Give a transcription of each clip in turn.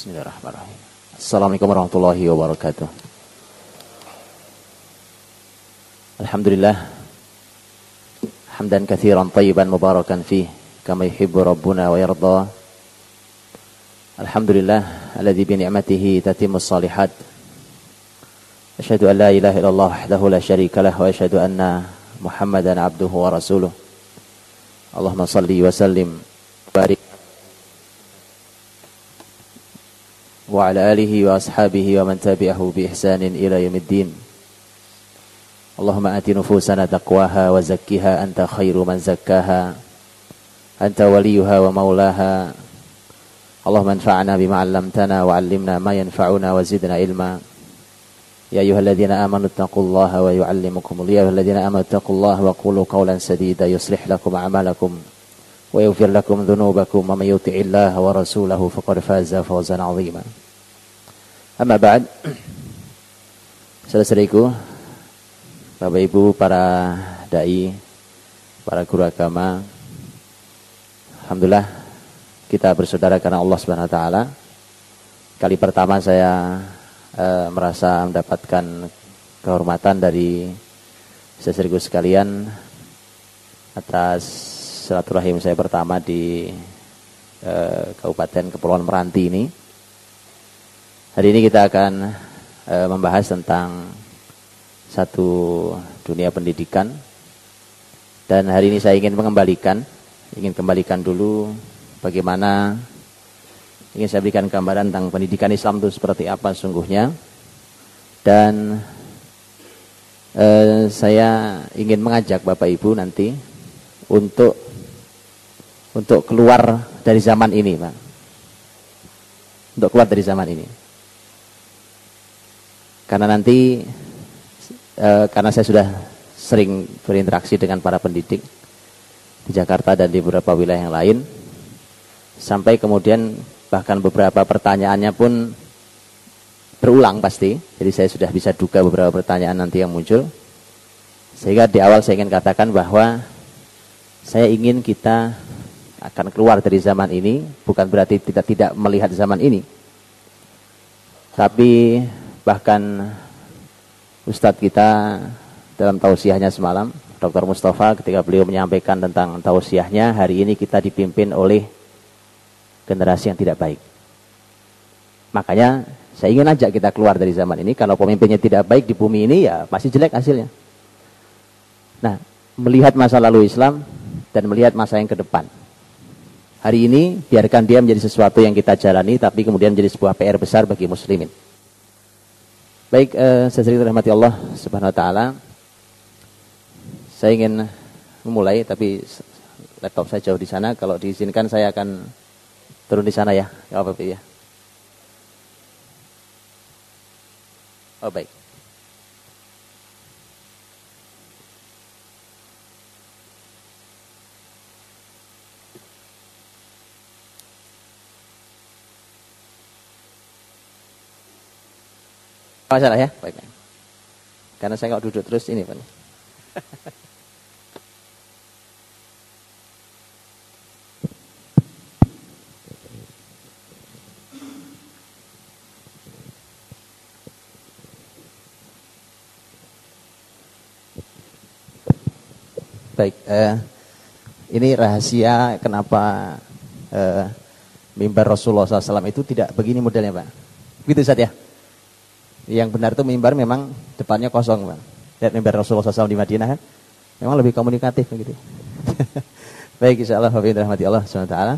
Bismillahirrahmanirrahim. Assalamualaikum warahmatullahi wabarakatuh. Alhamdulillah. Hamdan katsiran tayyiban mubarakan fih kama yuhibbu rabbuna wa yarda. Alhamdulillah alladzi bi ni'matihi tatimmus shalihat. Asyhadu an la ilaha illallah wahdahu la syarika lah wa asyhadu anna Muhammadan abduhu wa rasuluh. Allahumma shalli wa sallim barik wa ala alihi wa ashabihi wa man tabi'ahu bi ihsanin ila yaumiddin. Allahumma ati nufusana taqwaha wa zakkiha anta khairu man zakkaha anta waliyuha wa maulaha. Allahumma anfa'na bima 'allamtana wa 'allimna ma yanfa'una wa zidna ilma. Ya ayyuhalladzina amanu taqullaha wa yu'allimukumullah. Ya ayyuhalladzina amanu taqullaha wa qulu qawlan sadida yuslih lakum a'malakum wa yaghfir lakum dhunubakum wa may yuti'illaha wa rasulahu faqad faza fawzan 'azima. Amma ba'd. Saudara-saudariku, Bapak Ibu, para dai, para guru agama, alhamdulillah kita bersaudara karena Allah Subhanahu wa taala. Kali pertama saya merasa mendapatkan kehormatan dari saudaraku sekalian atas silaturahim saya pertama di Kabupaten Kepulauan Meranti ini. Hari ini kita akan membahas tentang satu dunia pendidikan, dan hari ini saya ingin kembalikan dulu bagaimana, ingin saya berikan gambaran tentang pendidikan Islam itu seperti apa sungguhnya, dan saya ingin mengajak Bapak Ibu nanti untuk keluar dari zaman ini, Pak. Untuk keluar dari zaman ini. Karena nanti karena saya sudah sering berinteraksi dengan para pendidik di Jakarta dan di beberapa wilayah yang lain, sampai kemudian bahkan beberapa pertanyaannya pun berulang pasti. Jadi saya sudah bisa duga beberapa pertanyaan nanti yang muncul. Sehingga di awal saya ingin katakan bahwa saya ingin kita akan keluar dari zaman ini, bukan berarti kita tidak melihat zaman ini. Tapi bahkan Ustadz kita dalam tausiahnya semalam, Dr. Mustafa, ketika beliau menyampaikan tentang tausiahnya, hari ini kita dipimpin oleh generasi yang tidak baik. Makanya saya ingin ajak kita keluar dari zaman ini. Kalau pemimpinnya tidak baik di bumi ini, ya pasti jelek hasilnya. Nah, melihat masa lalu Islam dan melihat masa yang ke depan. Hari ini biarkan dia menjadi sesuatu yang kita jalani, tapi kemudian menjadi sebuah PR besar bagi muslimin. Baik, saya dirahmati Allah Subhanahu wa taala. Saya ingin memulai, tapi laptop saya jauh di sana. Kalau diizinkan saya akan turun di sana ya. Ya apa ya? Oh baik. Masalah ya, baik. Karena saya kalau duduk terus ini, Pak. Baik, ini rahasia kenapa mimbar Rasulullah SAW itu tidak begini modelnya, Pak. Begitu Ustaz ya? Yang benar itu mimbar memang depannya kosong, Pak. Lihat mimbar Rasulullah SAW di Madinah kan? Memang lebih komunikatif begitu. Baik, insyaallah wa rahmati Allah Subhanahu wa taala.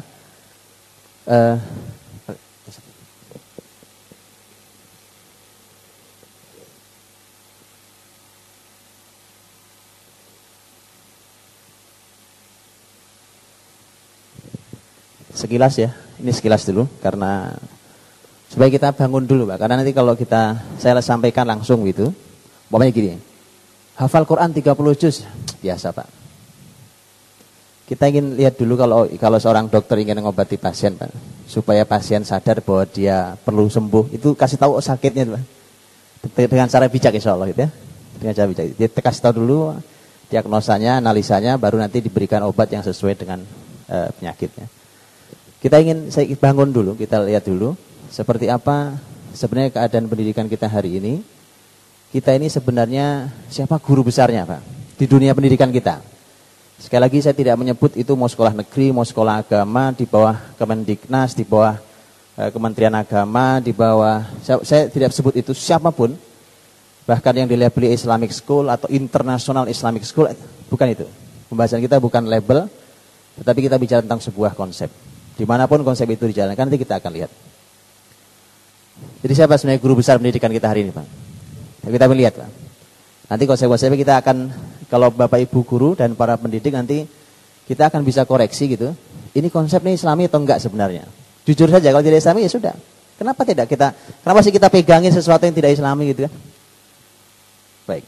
Sekilas ya, ini sekilas dulu karena supaya kita bangun dulu, Pak. Karena nanti kalau saya sampaikan langsung gitu, umpamanya gini, hafal Quran 30 juz, biasa, Pak. Kita ingin lihat dulu kalau seorang dokter ingin mengobati pasien, Pak, supaya pasien sadar bahwa dia perlu sembuh, itu kasih tahu sakitnya, Pak. Dengan cara bijak insyaallah gitu ya. Dengan cara bijak. Dia kasih tahu dulu diagnosanya, analisanya, baru nanti diberikan obat yang sesuai dengan penyakitnya. Saya bangun dulu, kita lihat dulu seperti apa sebenarnya keadaan pendidikan kita hari ini. Kita ini sebenarnya siapa guru besarnya, Pak, di dunia pendidikan kita. Sekali lagi saya tidak menyebut itu mau sekolah negeri, mau sekolah agama, di bawah Kemendiknas, di bawah Kementerian Agama, di bawah, saya tidak sebut itu siapapun. Bahkan yang dilabeli Islamic School atau International Islamic School, bukan itu. Pembahasan kita bukan label, tetapi kita bicara tentang sebuah konsep. Dimanapun konsep itu dijalankan, nanti kita akan lihat. Jadi siapa sebenarnya guru besar pendidikan kita hari ini, Pak? Kita melihat, Pak. Nanti konsep-konsepnya kita akan, kalau Bapak Ibu guru dan para pendidik nanti kita akan bisa koreksi gitu. Ini konsep ini Islami atau enggak sebenarnya? Jujur saja, kalau tidak Islami ya sudah. Kenapa tidak kita? Kenapa sih kita pegangin sesuatu yang tidak Islami gitu kan? Baik.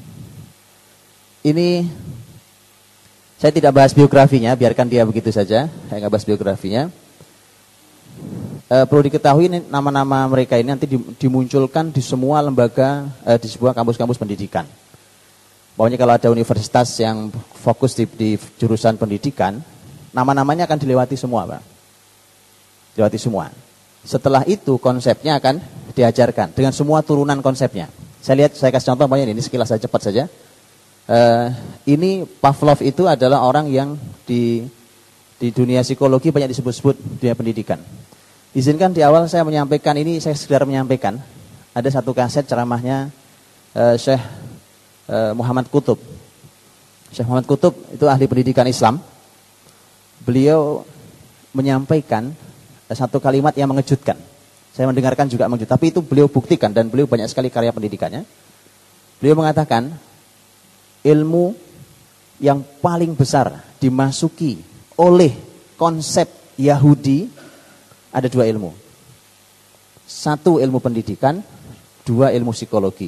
Ini saya tidak bahas biografinya, biarkan dia begitu saja. Saya nggak bahas biografinya. Perlu diketahui ini nama-nama mereka ini nanti dimunculkan di semua lembaga, di sebuah kampus-kampus pendidikan. Pokoknya kalau ada universitas yang fokus di jurusan pendidikan, nama-namanya akan dilewati semua, Pak. Dilewati semua. Setelah itu konsepnya akan diajarkan dengan semua turunan konsepnya. Saya kasih contoh, pokoknya ini sekilas saja, cepat saja. Ini Pavlov itu adalah orang yang di dunia psikologi banyak disebut-sebut dunia pendidikan. Izinkan di awal saya menyampaikan ini, saya sekedar menyampaikan. Ada satu kaset ceramahnya Syekh Muhammad Qutub. Syekh Muhammad Qutub itu ahli pendidikan Islam. Beliau menyampaikan satu kalimat yang mengejutkan. Saya mendengarkan juga mengejutkan, tapi itu beliau buktikan dan beliau banyak sekali karya pendidikannya. Beliau mengatakan, ilmu yang paling besar dimasuki oleh konsep Yahudi ada dua ilmu. Satu ilmu pendidikan, dua ilmu psikologi.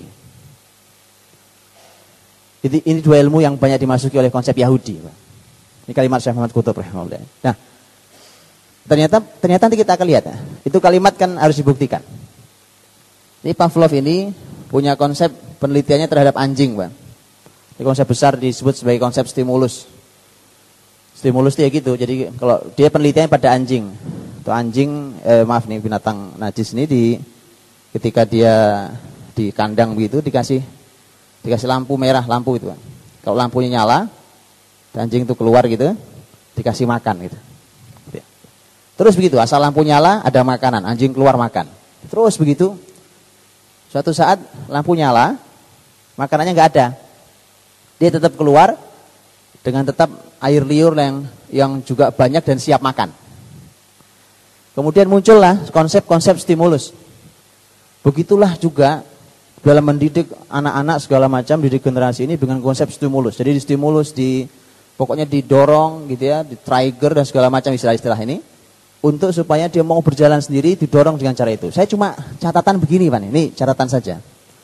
Jadi ini dua ilmu yang banyak dimasuki oleh konsep Yahudi. Ini kalimat Syekh Muhammad Qutub rahimahullah. Nah, ternyata nanti kita akan lihat. Itu kalimat kan harus dibuktikan. Ini Pavlov ini punya konsep penelitiannya terhadap anjing, Pak. Ini konsep besar disebut sebagai konsep stimulus. Stimulus dia gitu. Jadi kalau dia penelitiannya pada anjing. Itu anjing, maaf nih, binatang najis ini ketika dia di kandang begitu dikasih lampu merah, lampu itu. Kalau lampunya nyala, anjing itu keluar gitu, dikasih makan gitu. Terus begitu, asal lampu nyala ada makanan, anjing keluar makan. Terus begitu, suatu saat lampu nyala, makanannya nggak ada. Dia tetap keluar dengan tetap air liur yang juga banyak dan siap makan. Kemudian muncullah konsep-konsep stimulus. Begitulah juga dalam mendidik anak-anak segala macam, didik generasi ini dengan konsep stimulus. Jadi distimulus, pokoknya didorong gitu ya, di-trigger dan segala macam istilah-istilah ini untuk supaya dia mau berjalan sendiri, didorong dengan cara itu. Saya cuma catatan begini, Pak. Ini catatan saja.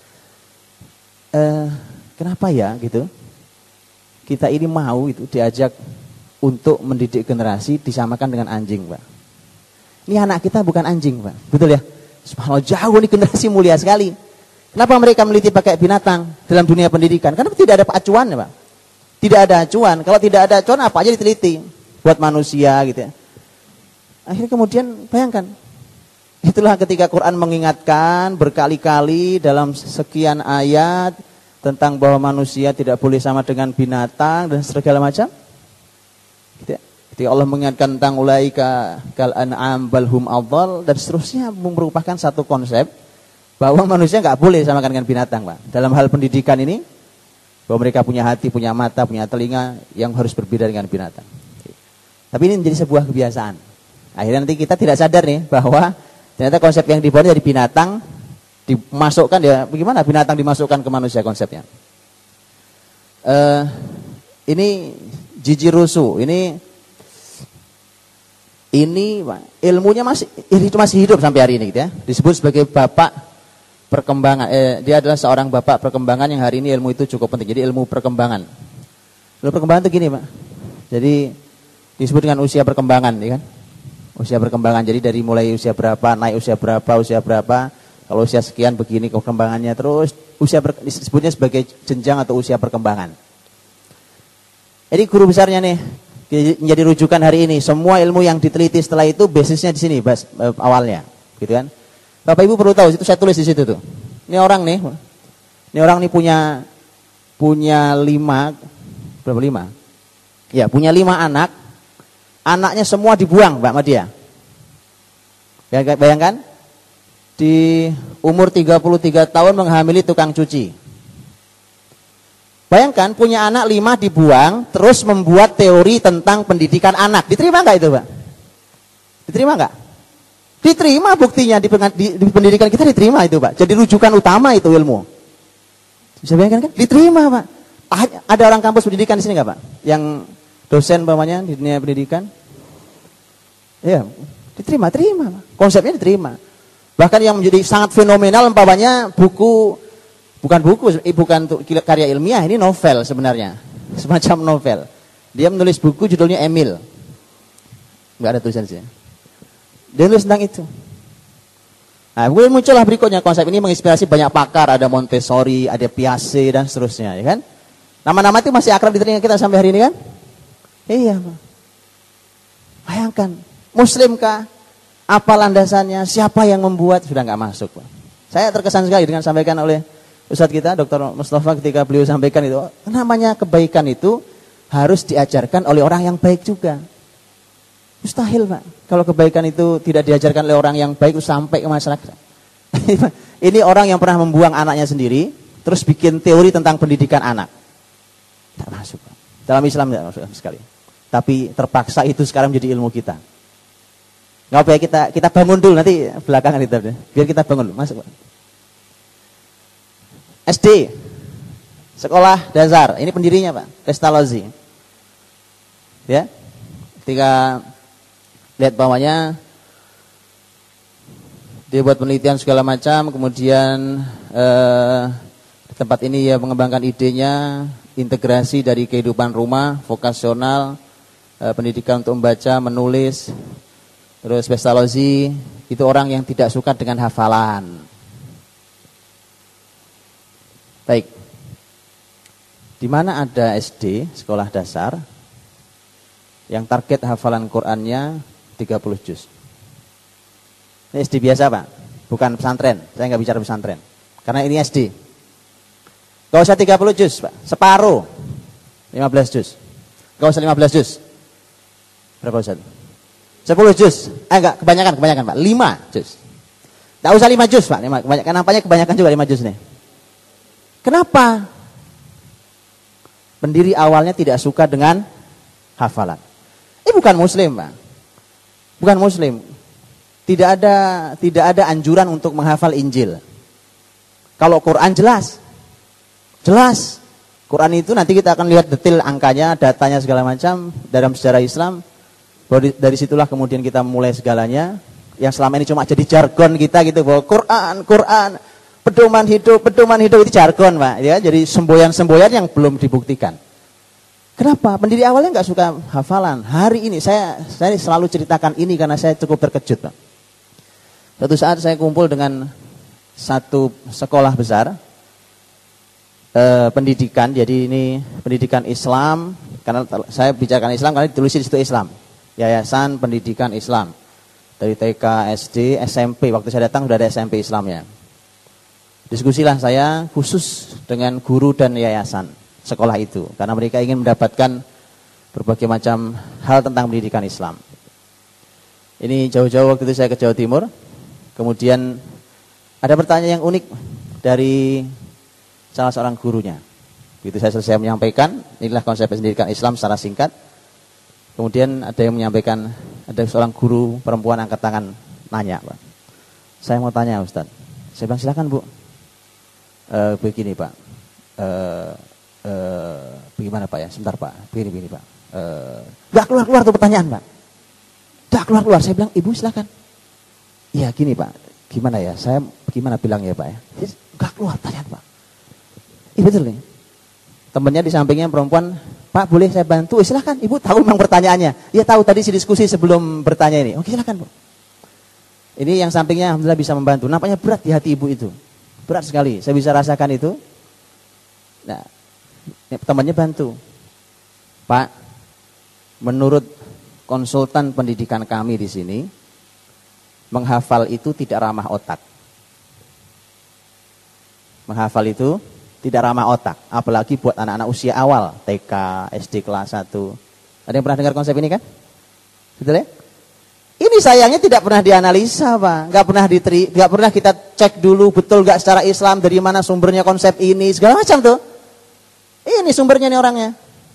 Kenapa ya gitu? Kita ini mau itu diajak untuk mendidik generasi disamakan dengan anjing, Pak. Ini anak kita bukan anjing, Pak. Betul ya? Subhanallah, jauh nih generasi mulia sekali. Kenapa mereka meneliti pakai binatang dalam dunia pendidikan? Karena tidak ada acuan ya, Pak. Tidak ada acuan. Kalau tidak ada acuan, apa aja diteliti buat manusia gitu ya. Akhirnya kemudian bayangkan. Itulah ketika Quran mengingatkan berkali-kali dalam sekian ayat tentang bahwa manusia tidak boleh sama dengan binatang dan segala macam. Gitu ya. Ketika Allah mengingatkan tentang ulaika kal an'am bal hum adhal dan seterusnya, merupakan satu konsep bahwa manusia nggak boleh samakan dengan binatang, Pak. Dalam hal pendidikan ini, bahwa mereka punya hati, punya mata, punya telinga yang harus berbeda dengan binatang. Tapi ini menjadi sebuah kebiasaan. Akhirnya nanti kita tidak sadar nih bahwa ternyata konsep yang dibawa dari binatang dimasukkan ya, bagaimana binatang dimasukkan ke manusia konsepnya. Ini Jiji Rusu, ini ilmunya masih hidup sampai hari ini gitu ya. Disebut sebagai bapak perkembangan. Dia adalah seorang bapak perkembangan yang hari ini ilmu itu cukup penting. Jadi ilmu perkembangan. Ilmu perkembangan itu gini, Pak. Jadi disebut dengan usia perkembangan, ya kan? Usia perkembangan. Jadi dari mulai usia berapa, naik usia berapa. Kalau usia sekian begini perkembangannya terus disebutnya sebagai jenjang atau usia perkembangan. Jadi guru besarnya nih menjadi rujukan hari ini. Semua ilmu yang diteliti setelah itu basisnya di sini awalnya, gitu kan? Bapak Ibu perlu tahu, itu saya tulis di situ tuh. Ini orang nih punya 5, berapa 5? Ya, punya 5 anak. Anaknya semua dibuang, Mbak Madia. Bayangkan, di umur 33 tahun menghamili tukang cuci. Bayangkan punya anak 5 dibuang, terus membuat teori tentang pendidikan anak. Diterima nggak itu, Pak? Diterima nggak? Diterima, buktinya di pendidikan kita diterima itu, Pak. Jadi rujukan utama itu ilmu. Bisa bayangkan kan? Diterima, Pak. Ada orang kampus pendidikan di sini nggak, Pak? Yang dosen umpamanya di dunia pendidikan? Ya, diterima, Pak. Konsepnya diterima. Bahkan yang menjadi sangat fenomenal umpamanya bukan karya ilmiah, ini novel sebenarnya. Semacam novel. Dia menulis buku judulnya Emil. Enggak ada tulisan sih. Dia nulis tentang itu. Nah, kemudian muncullah berikutnya konsep ini menginspirasi banyak pakar, ada Montessori, ada Piaget dan seterusnya, ya kan? Nama-nama itu masih akrab di telinga kita sampai hari ini kan? Iya, Pak. Bayangkan, Muslimkah? Apa landasannya? Siapa yang membuat? Sudah nggak masuk, Pak. Saya terkesan sekali dengan sampaikan oleh Ustadz kita, Dr. Mustafa, ketika beliau sampaikan itu, namanya kebaikan itu harus diajarkan oleh orang yang baik juga. Mustahil, Pak. Kalau kebaikan itu tidak diajarkan oleh orang yang baik sampai ke masyarakat. Ini orang yang pernah membuang anaknya sendiri, terus bikin teori tentang pendidikan anak. Tidak masuk, Pak. Dalam Islam tidak masuk sekali. Tapi terpaksa itu sekarang menjadi ilmu kita. Nggak apa ya, kita bangun dulu, nanti belakangan itu. Biar kita bangun dulu, masuk, Pak. SD, sekolah dasar, ini pendirinya, Pak, Pestalozzi. Ya, ketika lihat bawahnya, dia buat penelitian segala macam, kemudian di tempat ini ya mengembangkan idenya, integrasi dari kehidupan rumah, vokasional, pendidikan untuk membaca, menulis. Terus Pestalozzi itu orang yang tidak suka dengan hafalan. Baik, di mana ada SD, sekolah dasar, yang target hafalan Qur'annya 30 juz. Ini SD biasa, Pak, bukan pesantren. Saya nggak bicara pesantren, karena ini SD. Gak usah 30 juz, Pak, separuh, 15 juz. Gak usah 15 juz. Berapa Ustaz? 10 juz. Enggak, kebanyakan Pak, 5 juz. Gak usah 5 juz, Pak, kebanyakan. Nampaknya kebanyakan juga 5 juz nih. Kenapa? Pendiri awalnya tidak suka dengan hafalan. Ini bukan Muslim, Pak. Bukan Muslim. Tidak ada anjuran untuk menghafal Injil. Kalau Quran jelas. Quran itu nanti kita akan lihat detail angkanya, datanya segala macam dalam sejarah Islam. Dari situlah kemudian kita mulai segalanya. Yang selama ini cuma jadi jargon kita gitu, bahwa Quran, pedoman hidup itu jargon, Pak. Ya, jadi semboyan-semboyan yang belum dibuktikan. Kenapa? Pendiri awalnya nggak suka hafalan. Hari ini saya selalu ceritakan ini karena saya cukup terkejut, Pak. Suatu saat saya kumpul dengan satu sekolah besar pendidikan. Jadi ini pendidikan Islam, karena saya bicarakan Islam karena ditulis di situ Islam. Yayasan Pendidikan Islam. Dari TK, SD, SMP. Waktu saya datang sudah ada SMP Islamnya. Diskusilah saya khusus dengan guru dan yayasan sekolah itu, karena mereka ingin mendapatkan berbagai macam hal tentang pendidikan Islam. Ini jauh-jauh waktu itu saya ke Jawa Timur. Kemudian ada pertanyaan yang unik dari salah seorang gurunya. Begitu saya selesai menyampaikan, inilah konsep pendidikan Islam secara singkat. Kemudian ada yang menyampaikan, ada seorang guru perempuan angkat tangan nanya, Pak. Saya mau tanya, Ustaz. Saya bilang silakan, Bu. Begini, Pak. Bagaimana, Pak ya? Sebentar, Pak. Begini, Pak. Gak keluar tuh pertanyaan, Pak. Gak keluar. Saya bilang, Ibu silakan. Iya, gini, Pak. Gimana ya? Saya gimana bilangnya, Pak ya? Gak keluar pertanyaan, Pak. Iya betul nih. Temannya di sampingnya perempuan, Pak boleh saya bantu? Silakan. Ibu tahu memang pertanyaannya. Iya tahu, tadi si diskusi sebelum bertanya ini. Oke silakan, Bu. Ini yang sampingnya alhamdulillah bisa membantu. Nampaknya berat di hati ibu itu. Berat sekali. Saya bisa rasakan itu. Nah, temannya bantu. Pak, menurut konsultan pendidikan kami di sini, menghafal itu tidak ramah otak. Menghafal itu tidak ramah otak, apalagi buat anak-anak usia awal, TK, SD kelas 1. Ada yang pernah dengar konsep ini kan? Betul ya? Ini sayangnya tidak pernah dianalisa, Pak. Nggak pernah kita cek dulu betul nggak secara Islam dari mana sumbernya konsep ini, segala macam tuh. Ini sumbernya nih orangnya.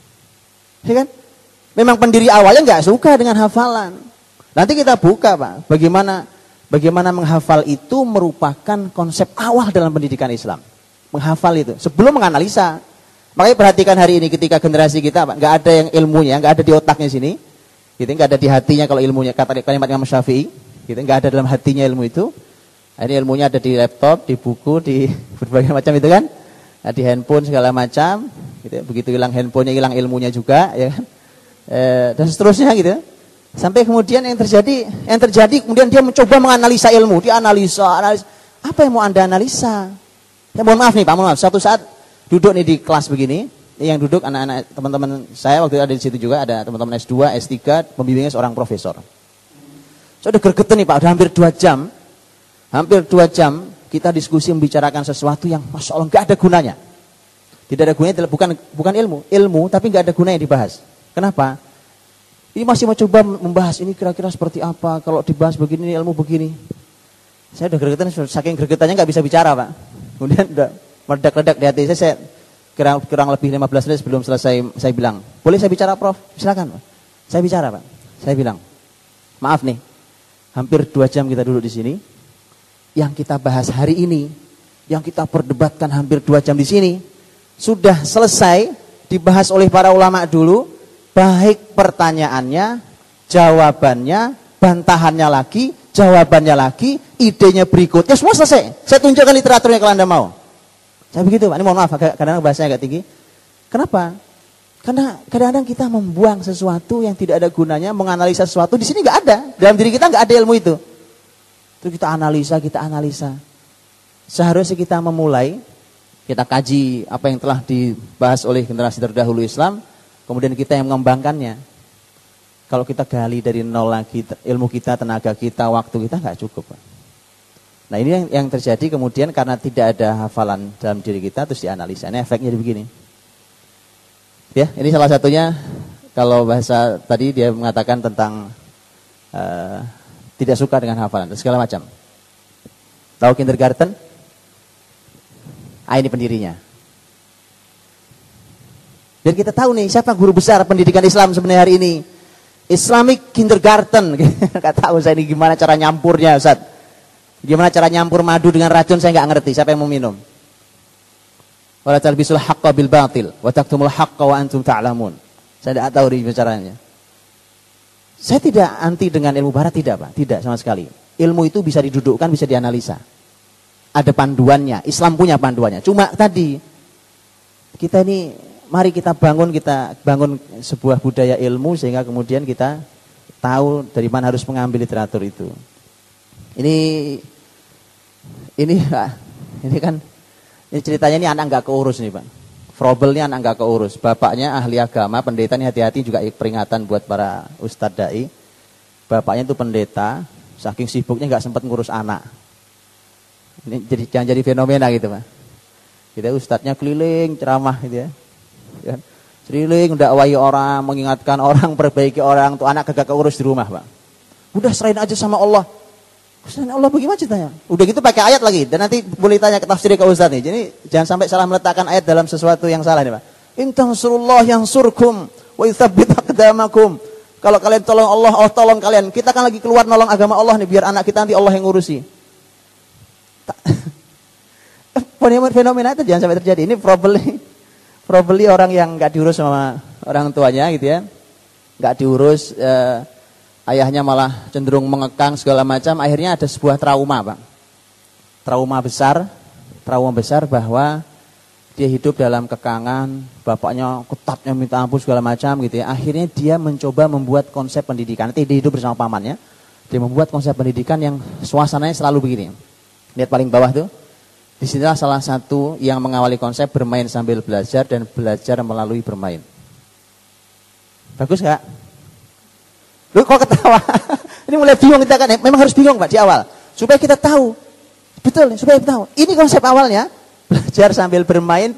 Ya kan? Memang pendiri awalnya nggak suka dengan hafalan. Nanti kita buka, Pak. Bagaimana menghafal itu merupakan konsep awal dalam pendidikan Islam. Menghafal itu sebelum menganalisa. Makanya perhatikan hari ini ketika generasi kita, Pak, nggak ada yang ilmunya, nggak ada di otaknya sini. Gitu, nggak ada di hatinya kalau ilmunya, kata kalimat Imam Syafi'i, gitu, nggak ada dalam hatinya ilmu itu. Ini ilmunya ada di laptop, di buku, di berbagai macam itu kan, di handphone segala macam. Gitu, begitu hilang handphonenya, hilang ilmunya juga, ya kan, dan seterusnya gitu. Sampai kemudian yang terjadi kemudian dia mencoba menganalisa ilmu, dia analisa. Apa yang mau Anda analisa? Ya mohon maaf nih Pak, mohon maaf. Suatu saat duduk nih di kelas begini. Yang duduk anak-anak teman-teman saya waktu itu ada di situ juga, ada teman-teman S2, S3, pembimbingnya seorang profesor. Saya udah gregetan nih Pak, udah hampir 2 jam. Hampir 2 jam kita diskusi membicarakan sesuatu yang Masya Allah nggak ada gunanya. Tidak ada gunanya, bukan ilmu tapi nggak ada gunanya dibahas. Kenapa? Ini masih mau coba membahas ini kira-kira seperti apa, kalau dibahas begini ilmu begini. Saya udah gregetan, saking gregetannya nggak bisa bicara Pak. Kemudian udah meledak-ledak di hati saya kurang lebih 15 menit sebelum selesai saya bilang, boleh saya bicara Prof? Silakan Pak. Saya bicara Pak. Saya bilang, maaf nih, hampir 2 jam kita duduk di sini, yang kita bahas hari ini, yang kita perdebatkan hampir 2 jam di sini, sudah selesai dibahas oleh para ulama dulu, baik pertanyaannya, jawabannya, bantahannya lagi, jawabannya lagi, idenya berikutnya, semua selesai. Saya tunjukkan literaturnya kalau Anda mau. Saya begitu Pak, ini mohon maaf, kadang-kadang bahasanya agak tinggi. Kenapa? Karena kadang-kadang kita membuang sesuatu yang tidak ada gunanya, menganalisa sesuatu, di sini nggak ada. Dalam diri kita nggak ada ilmu itu. Itu kita analisa. Seharusnya kita memulai, kita kaji apa yang telah dibahas oleh generasi terdahulu Islam, kemudian kita yang mengembangkannya. Kalau kita gali dari nol lagi, ilmu kita, tenaga kita, waktu kita nggak cukup Pak. Nah ini yang terjadi kemudian karena tidak ada hafalan dalam diri kita terus dianalisa. Ini efeknya begini. Ya, ini salah satunya kalau bahasa tadi dia mengatakan tentang tidak suka dengan hafalan dan segala macam. Tahu kindergarten? Ini pendirinya. Biar kita tahu nih siapa guru besar pendidikan Islam sebenarnya hari ini. Islamic Kindergarten. Nggak tahu saya ini gimana cara nyampurnya Ustaz. Gimana cara nyampur madu dengan racun saya nggak ngerti. Siapa yang mau minum? Wala talbisul haqqa bil batil wa taktumul haqqa wa antum ta'lamun. Saya tidak tahu caranya. Saya tidak anti dengan ilmu barat, tidak Pak, tidak sama sekali. Ilmu itu bisa didudukkan, bisa dianalisa. Ada panduannya, Islam punya panduannya. Cuma tadi kita ini mari kita bangun sebuah budaya ilmu sehingga kemudian kita tahu dari mana harus mengambil literatur itu. Ini kan ini ceritanya ini anak nggak keurus nih Pak. Problemnya anak nggak keurus. Bapaknya ahli agama, pendeta, ini hati-hati juga peringatan buat para ustadz dai. Bapaknya itu pendeta, saking sibuknya nggak sempat ngurus anak. Ini jangan jadi fenomena gitu Pak. Kita ustadznya keliling ceramah gitu ya. Keliling dakwahi orang, mengingatkan orang, perbaiki orang, tuh anak kagak keurus di rumah Pak. Udah serahin aja sama Allah. Ustaz, Allah bagaimana ceritanya? Udah gitu pakai ayat lagi. Dan nanti boleh tanya ke tafsir ke Ustaz nih. Jadi jangan sampai salah meletakkan ayat dalam sesuatu yang salah nih Pak. In tansurullah yansurkum wa yutsabbit aqdamakum. Kalau kalian tolong Allah, Allah tolong kalian. Kita kan lagi keluar nolong agama Allah nih biar anak kita nanti Allah yang ngurusi. Fenomena itu jangan sampai terjadi. Ini probably orang yang enggak diurus sama orang tuanya gitu ya. Enggak diurus ayahnya malah cenderung mengekang segala macam, akhirnya ada sebuah trauma Pak. Trauma besar bahwa dia hidup dalam kekangan, bapaknya ketatnya minta ampun segala macam gitu ya. Akhirnya dia mencoba membuat konsep pendidikan, nanti dia hidup bersama pamannya, dia membuat konsep pendidikan yang suasananya selalu begini. Lihat paling bawah tuh, disinilah salah satu yang mengawali konsep bermain sambil belajar dan belajar melalui bermain. Bagus gak? Lu kok ketawa? Ini mulai bingung kita kan. Memang harus bingung Pak di awal. Supaya kita tahu. Betul, supaya kita tahu. Ini konsep awalnya. Belajar sambil bermain,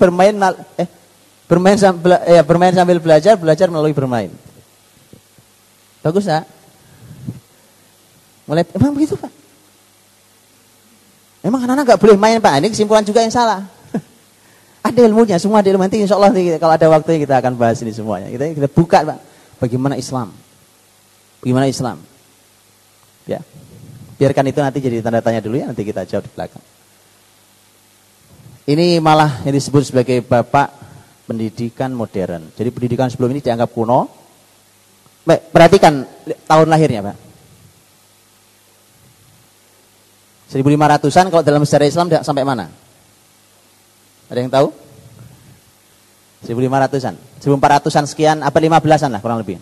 bermain sambil belajar, belajar melalui bermain. Bagus, Pak? Mulai emang begitu, Pak? Emang anak-anak nggak boleh main, Pak? Ini kesimpulan juga yang salah. Ada ilmunya, semua ada ilmu. Nanti insya Allah kalau ada waktunya kita akan bahas ini semuanya. Kita buka, Pak. Bagaimana Islam? Bagaimana Islam? Ya. Biarkan itu nanti jadi tanda tanya dulu ya, nanti kita jawab di belakang. Ini malah yang disebut sebagai bapak pendidikan modern. Jadi pendidikan sebelum ini dianggap kuno. Baik, perhatikan tahun lahirnya, Pak. 1500-an kalau dalam sejarah Islam sampai mana? Ada yang tahu? 1500-an. 1400-an sekian, apa 15-an lah kurang lebih.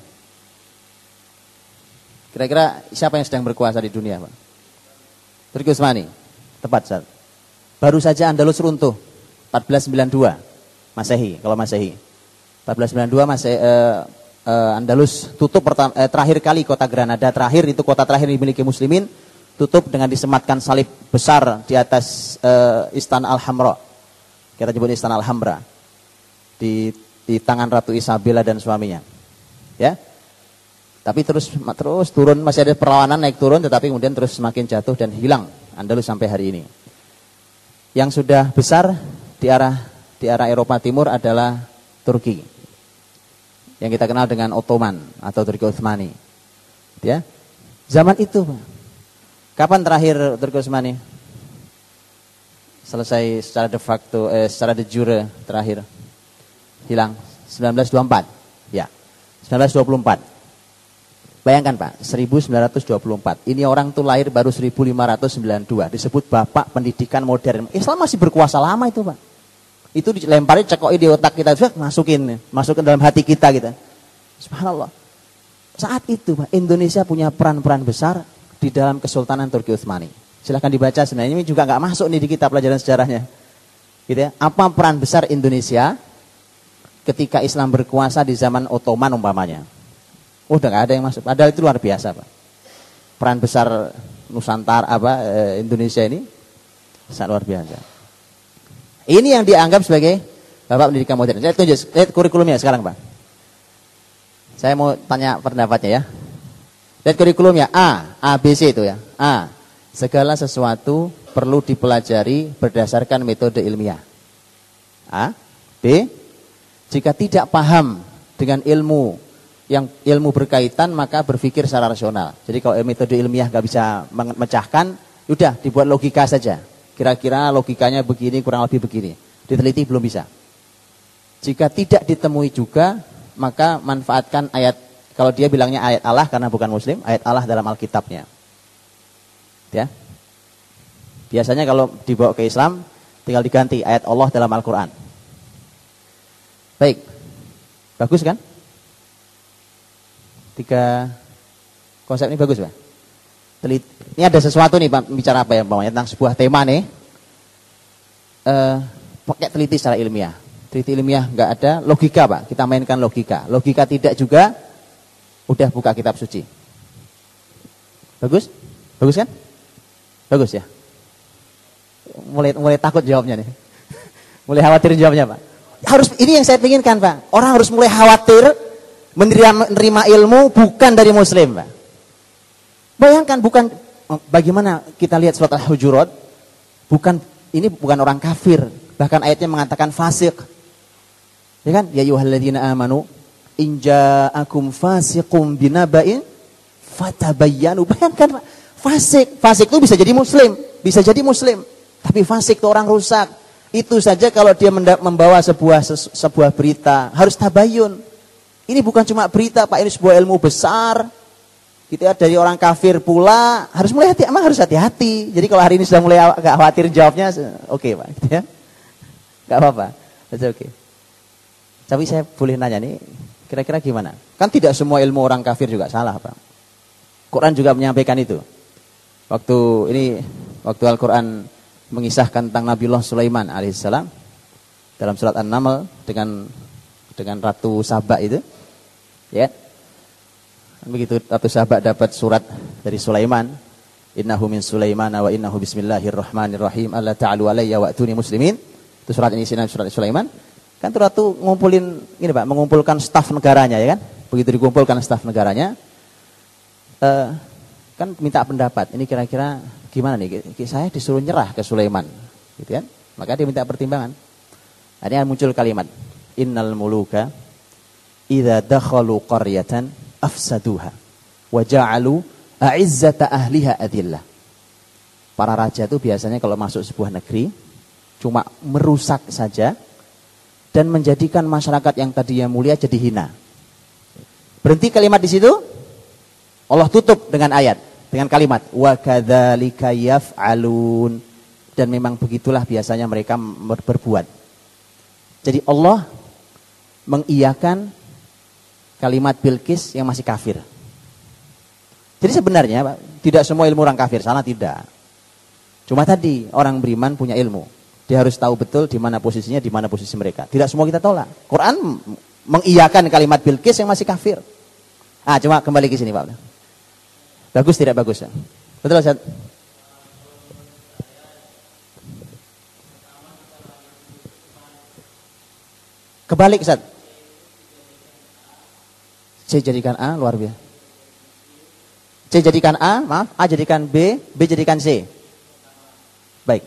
Kira-kira siapa yang sedang berkuasa di dunia, Pak? Turki Utsmani. Tepat, Ustaz. Baru saja Andalus runtuh 1492 Masehi, kalau Masehi. 1492 Andalus tutup terakhir kali kota Granada terakhir, itu kota terakhir dimiliki muslimin, tutup dengan disematkan salib besar di atas Istana Al-Hamra. Kita sebut Istana Al-Hamra. Di tangan Ratu Isabella dan suaminya. Ya. Tapi terus turun, masih ada perlawanan naik turun, tetapi kemudian terus semakin jatuh dan hilang Andalus sampai hari ini. Yang sudah besar di arah Eropa Timur adalah Turki. Yang kita kenal dengan Ottoman atau Turki Utsmani. Ya. Zaman itu, Pak. Kapan terakhir Turki Utsmani selesai secara de facto, secara de jure terakhir? Hilang 1924. Ya. 1924. Bayangkan, Pak, 1924. Ini orang tuh lahir baru 1592. Disebut bapak pendidikan modern. Islam masih berkuasa lama itu, Pak. Itu dilempari, cekoi di otak kita, masukin dalam hati kita gitu. Subhanallah. Saat itu, Pak, Indonesia punya peran-peran besar di dalam Kesultanan Turki Utsmani. Silahkan dibaca, sebenarnya ini juga nggak masuk nih di kitab pelajaran sejarahnya. Gitu ya. Apa peran besar Indonesia ketika Islam berkuasa di zaman Ottoman umpamanya? Udah nggak ada yang masuk. Padahal itu luar biasa, Pak. Peran besar Nusantara Indonesia ini sangat luar biasa. Ini yang dianggap sebagai bapak pendidikan modern. Saya tunjuk lihat kurikulumnya sekarang, Pak. Saya mau tanya pendapatnya ya. Lihat kurikulumnya A, B, C itu ya. A, segala sesuatu perlu dipelajari berdasarkan metode ilmiah. A, B, jika tidak paham dengan ilmu berkaitan maka berpikir secara rasional. Jadi kalau metode ilmiah nggak bisa memecahkan, udah dibuat logika saja. Kira-kira logikanya begini, kurang lebih begini. Diteliti belum bisa. Jika tidak ditemui juga, maka manfaatkan ayat. Kalau dia bilangnya ayat Allah karena bukan muslim, ayat Allah dalam Alkitabnya. Ya. Biasanya kalau dibawa ke Islam, tinggal diganti ayat Allah dalam Al-Quran. Baik. Bagus kan? 3 konsep ini bagus, Pak. Ini ada sesuatu nih, Pak, bicara apa ya, Pak, tentang sebuah tema nih. Pakai teliti secara ilmiah. Teliti ilmiah nggak ada, logika, Pak. Kita mainkan logika. Logika tidak juga, udah buka kitab suci. Bagus? Bagus kan? Bagus ya? Mulai takut jawabnya nih. Mulai khawatir jawabnya, Pak. Harus, ini yang saya inginkan, Pak. Orang harus mulai khawatir menerima ilmu bukan dari muslim, Pak. Bayangkan, bagaimana kita lihat surat Al-Hujurat, ini bukan orang kafir, bahkan ayatnya mengatakan fasik. Ya kan? Ya ayyuhalladzina amanu in ja'akum fasiqum binaba'in fatabayyanu. Bayangkan, Pak, fasik itu bisa jadi muslim, tapi fasik itu orang rusak. Itu saja kalau dia membawa sebuah berita harus tabayyun. Ini bukan cuma berita, Pak, ini sebuah ilmu besar. Kita dari orang kafir pula harus hati-hati. Jadi kalau hari ini sudah mulai agak khawatir jawabnya, oke, Pak, gitu ya. Enggak apa-apa. Oke. Tapi saya boleh nanya nih, kira-kira gimana? Kan tidak semua ilmu orang kafir juga salah, Pak. Quran juga menyampaikan itu. Waktu Al-Quran mengisahkan tentang Nabiullah Sulaiman alaihissalam dalam surat An-Naml dengan Ratu Saba itu. Ya. Begitu Ratu Saba dapat surat dari Sulaiman, innahu min Sulaiman wa innahu bismillahirrahmanirrahim alla ta'alu alayya wa'tuni muslimin. Itu surat ini surat Sulaiman. Kan itu ratu ngumpulin ini Pak, mengumpulkan staf negaranya ya kan. Begitu dikumpulkan staf negaranya, kan minta pendapat. Ini kira-kira gimana nih? Saya disuruh nyerah ke Sulaiman, gitu kan? Maka dia minta pertimbangan. Akhirnya muncul kalimat, Innal muluka idza dakhalu qaryatan afsaduha wa ja'alu a'izzata ahliha adillah. Para raja itu biasanya kalau masuk sebuah negeri cuma merusak saja dan menjadikan masyarakat yang tadinya mulia jadi hina. Berhenti kalimat di situ. Allah tutup dengan ayat, dengan kalimat wa kadzalika yaf'alun, dan memang begitulah biasanya mereka berbuat. Jadi Allah mengiyakan kalimat Bilqis yang masih kafir. Jadi sebenarnya Pak, tidak semua ilmu orang kafir, salah tidak. Cuma tadi orang beriman punya ilmu. Dia harus tahu betul di mana posisinya, di mana posisi mereka. Tidak semua kita tolak. Quran mengiyakan kalimat Bilqis yang masih kafir. Cuma kembali ke sini Pak. Bagus tidak bagus? Ya? Betul Ustaz? Kebalik Ustaz. C jadikan A, luar biasa. C jadikan A, maaf, A jadikan B, B jadikan C. Baik.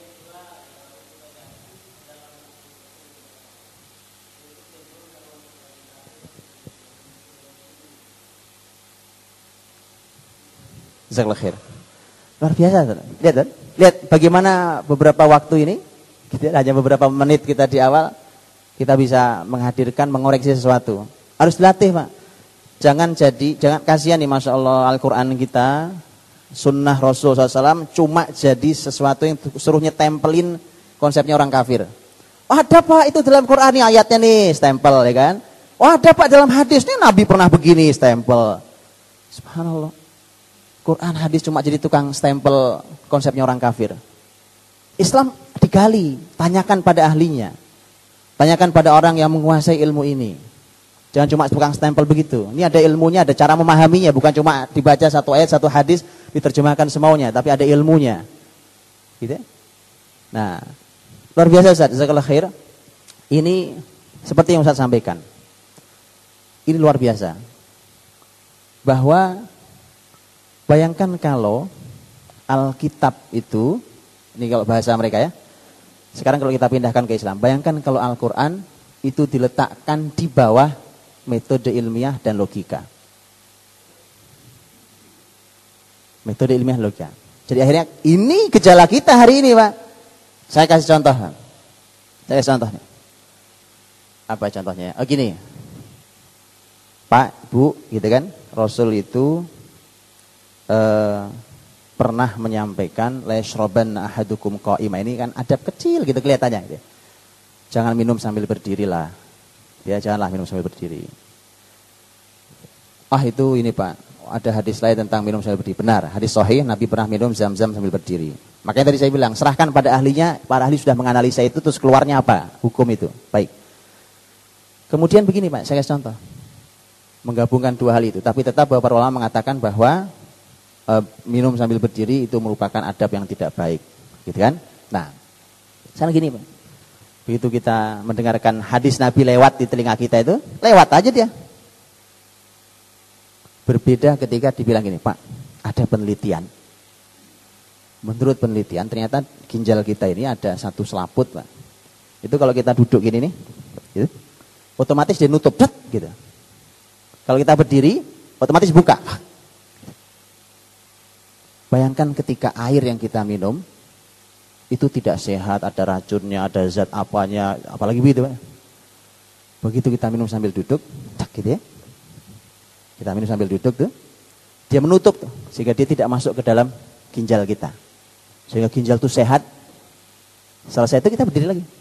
Jazakallahu khair. Luar biasa. Lihat bagaimana beberapa waktu ini, hanya beberapa menit kita di awal, kita bisa menghadirkan, mengoreksi sesuatu. Harus dilatih Pak. Jangan kasihan nih Masya Allah Al-Quran kita, Sunnah Rasul SAW cuma jadi sesuatu yang suruhnya tempelin konsepnya orang kafir. Oh, ada Pak itu dalam Quran nih ayatnya nih, stempel ya kan. Oh ada Pak dalam hadis nih Nabi pernah begini, stempel. Subhanallah. Quran hadis cuma jadi tukang stempel konsepnya orang kafir. Islam digali, tanyakan pada ahlinya. Tanyakan pada orang yang menguasai ilmu ini. Jangan cuma tukang stempel begitu. Ini ada ilmunya, ada cara memahaminya. Bukan cuma dibaca satu ayat, satu hadis, diterjemahkan semaunya. Tapi ada ilmunya. Gitu. Nah, luar biasa Ustaz. Jazakallahu khair. Ini seperti yang Ustaz sampaikan. Ini luar biasa. Bahwa bayangkan kalau Alkitab itu, ini kalau bahasa mereka ya. Sekarang kalau kita pindahkan ke Islam, bayangkan kalau Al-Quran itu diletakkan di bawah metode ilmiah dan logika. Metode ilmiah dan logika. Jadi akhirnya ini gejala kita hari ini Pak. Saya kasih contoh. Saya kasih contoh nih. Apa contohnya? Oh gini. Pak, Bu, gitu kan. Rasul itu pernah menyampaikan la yashrabanna ahadukum qa'ima. Ini kan adab kecil gitu kelihatannya gitu. Jangan minum sambil berdiri lah. Ya, janganlah minum sambil berdiri. Itu ini Pak, ada hadis lain tentang minum sambil berdiri. Benar, hadis sahih Nabi pernah minum zam-zam sambil berdiri. Makanya tadi saya bilang, serahkan pada ahlinya, para ahli sudah menganalisa itu terus keluarnya apa? Hukum itu. Baik. Kemudian begini Pak, saya kasih contoh. Menggabungkan dua hal itu, tapi tetap bahwa para ulama mengatakan bahwa minum sambil berdiri itu merupakan adab yang tidak baik, gitu kan? Nah, sekarang gini Pak, begitu kita mendengarkan hadis Nabi lewat di telinga kita itu, lewat aja dia. Berbeda ketika dibilang gini, Pak, ada penelitian. Menurut penelitian ternyata ginjal kita ini ada satu selaput Pak. Itu kalau kita duduk gini nih, gitu, otomatis dia nutup, gitu. Kalau kita berdiri, otomatis buka. Bayangkan ketika air yang kita minum itu tidak sehat, ada racunnya, ada zat apanya, apalagi begitu Pak. Begitu kita minum sambil duduk, gitu ya. Kita minum sambil duduk tuh, dia menutup tuh, sehingga dia tidak masuk ke dalam ginjal kita. Sehingga ginjal itu sehat. Selesai itu kita berdiri lagi.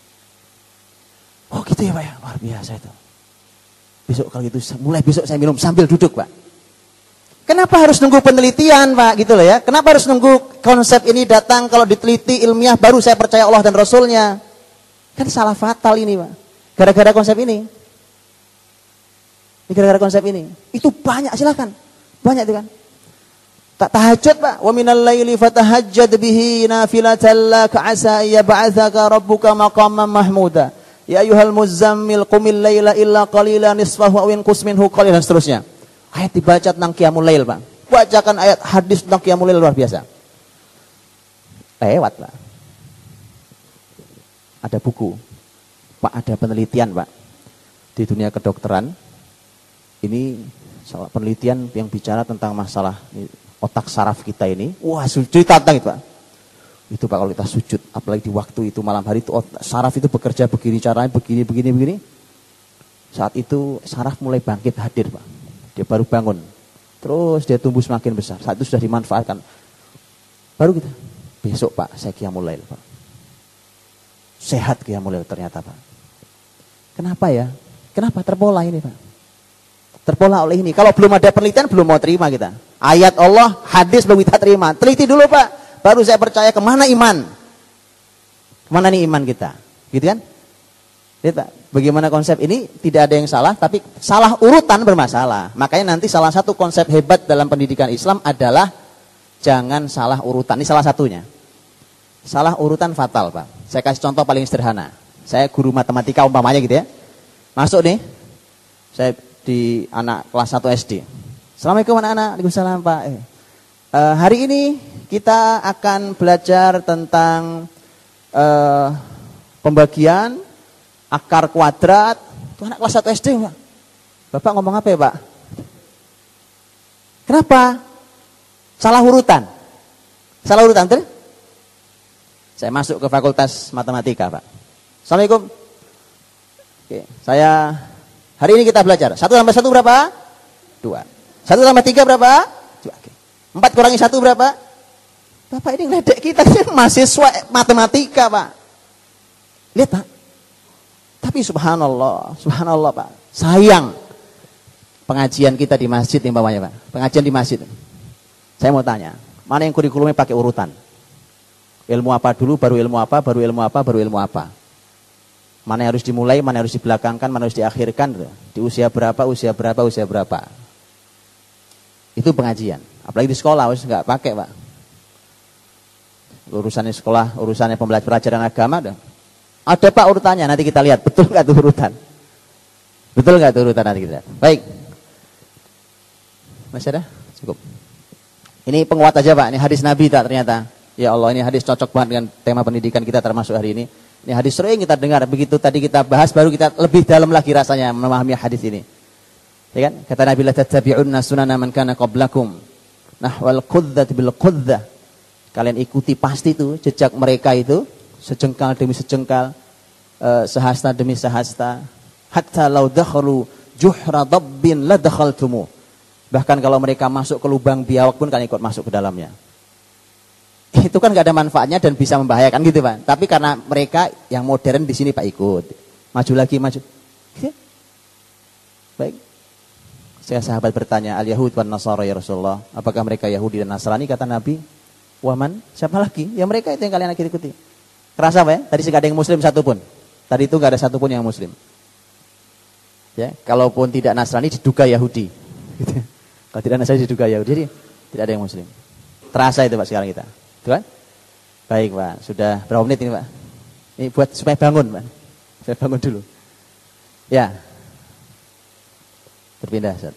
Oh gitu ya Pak ya, luar biasa itu. Besok kalau gitu, mulai besok saya minum sambil duduk Pak. Kenapa harus nunggu penelitian Pak gitu loh ya? Kenapa harus nunggu konsep ini datang kalau diteliti ilmiah baru saya percaya Allah dan Rasulnya? Kan salah fatal ini Pak. Gara-gara konsep ini. Gara-gara konsep ini. Itu banyak silakan. Banyak itu kan. Tak tahajud, Pak. Wa minal laili fatahajjad bihi nafilatan laka asa yab'atsaka rabbuka maqaman mahmuda. Ya ayyuhal muzammil qumil laila illa qalilan nisfahu aw inqus minhu qalilan, seterusnya. Ayat dibaca tentang qiyamul lail, Pak. Bacakan ayat hadis tentang qiyamul lail luar biasa. Lewat, Pak. Ada buku, Pak, ada penelitian, Pak, di dunia kedokteran. Ini penelitian yang bicara tentang masalah otak saraf kita ini. Wah, cerita tentang itu, Pak. Itu, Pak, kalau kita sujud, apalagi di waktu itu malam hari itu saraf itu bekerja begini caranya, begini. Saat itu saraf mulai bangkit hadir, Pak. Dia baru bangun. Terus dia tumbuh semakin besar. Saat itu sudah dimanfaatkan. Baru kita besok, Pak, saya qiyamul lail, Pak. Sehat qiyamul lail ternyata, Pak. Kenapa ya? Kenapa terpola ini, Pak? Terpola oleh ini. Kalau belum ada penelitian belum mau terima kita. Ayat Allah, hadis belum kita terima. Teliti dulu, Pak. Baru saya percaya kemana iman. Kemana nih iman kita? Gitu kan? Lihat, Pak. Bagaimana konsep ini tidak ada yang salah, tapi salah urutan bermasalah. Makanya nanti salah satu konsep hebat dalam pendidikan Islam adalah jangan salah urutan. Ini salah satunya. Salah urutan fatal, Pak. Saya kasih contoh paling sederhana. Saya guru matematika umpamanya gitu ya. Masuk nih. Saya di anak kelas 1 SD. Assalamualaikum anak-anak. Waalaikumsalam, Pak. Hari ini kita akan belajar tentang pembagian akar kuadrat. Itu anak kelas 1 SD, Pak. Bapak ngomong apa ya, Pak? Kenapa? Salah urutan. Salah urutan, betul? Saya masuk ke fakultas matematika, Pak. Assalamualaikum. Oke, saya hari ini kita belajar. 1 tambah 1 berapa? 2. 1 tambah 3 berapa? 2. Oke. 4 kurangi 1 berapa? Bapak ini ngeledek kita, ini mahasiswa matematika, Pak. Lihat, Pak. Tapi subhanallah, Pak. Sayang pengajian kita di masjid umpamanya, Pak. Pengajian di masjid. Saya mau tanya, mana yang kurikulumnya pakai urutan? Ilmu apa dulu, baru ilmu apa, baru ilmu apa, baru ilmu apa. Mana yang harus dimulai, mana yang harus dibelakangkan, mana yang harus diakhirkan. Di usia berapa, usia berapa, usia berapa. Itu pengajian. Apalagi di sekolah, harus nggak pakai, Pak. Urusannya sekolah, urusannya pembelajaran agama. Ada, Pak, urutannya, nanti kita lihat. Betul nggak tuh urutan? Betul nggak tuh urutan, nanti kita lihat. Baik. Masih ada? Cukup. Ini penguat aja, Pak. Ini hadis Nabi tak ternyata. Ya Allah, ini hadis cocok banget dengan tema pendidikan kita termasuk hari ini. Ini hadis sering kita dengar. Begitu tadi kita bahas, baru kita lebih dalam lagi rasanya memahami hadis ini. Ya kan? Kata Nabi, la tattabi'unna sunana man kana qablakum. Nahwal qudzati bil qudzah. Kalian ikuti pasti itu jejak mereka itu, sejengkal demi sejengkal, sehasta demi sehasta. Hatta law dakhalu juhra dabbin la dakhaltumu. Bahkan kalau mereka masuk ke lubang biawak pun kalian ikut masuk ke dalamnya. Itu kan gak ada manfaatnya dan bisa membahayakan gitu, Pak. Tapi karena mereka yang modern di sini, Pak, ikut. Maju lagi, maju. Oke. Baik. Saya sahabat bertanya, al-Yahud wan Nasara ya Rasulullah. Apakah mereka Yahudi dan Nasrani? Kata Nabi, waman, siapa lagi? Ya mereka itu yang kalian ikuti. Kerasa, Pak, ya? Tadi gak ada yang muslim satupun. Tadi itu gak ada satupun yang muslim. Ya, kalaupun tidak Nasrani diduga Yahudi. Gitu. Kalau tidak Nasrani diduga Yahudi. Jadi tidak ada yang muslim. Terasa itu, Pak, sekarang kita. Tuhan? Baik, Pak. Sudah berapa menit ini, Pak? Ini buat supaya bangun, Pak. Supaya bangun dulu. Ya. Berpindah, Ustaz.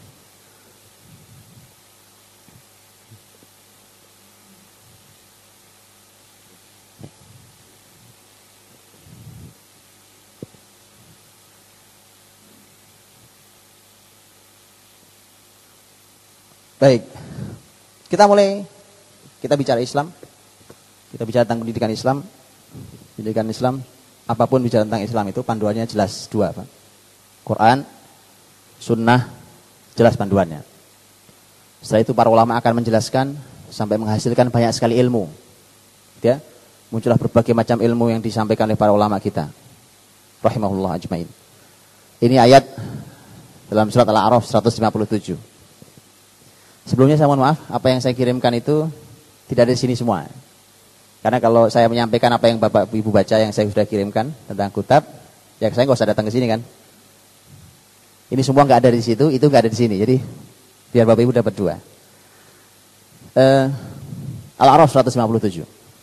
Baik. Kita bicara Islam. Kita bicara tentang pendidikan Islam. Pendidikan Islam, apapun bicara tentang Islam itu panduannya jelas dua, Pak. Quran, Sunnah, jelas panduannya. Setelah itu para ulama akan menjelaskan sampai menghasilkan banyak sekali ilmu. Ya, muncullah berbagai macam ilmu yang disampaikan oleh para ulama kita. Rahimahullah ajmain. Ini ayat dalam surat Al-A'raf 157. Sebelumnya saya mohon maaf, apa yang saya kirimkan itu tidak ada di sini semua. Karena kalau saya menyampaikan apa yang Bapak Ibu baca yang saya sudah kirimkan tentang kitab, ya saya nggak usah datang ke sini kan. Ini semua nggak ada di situ, itu nggak ada di sini. Jadi biar Bapak Ibu dapat dua. Al-A'raf 157.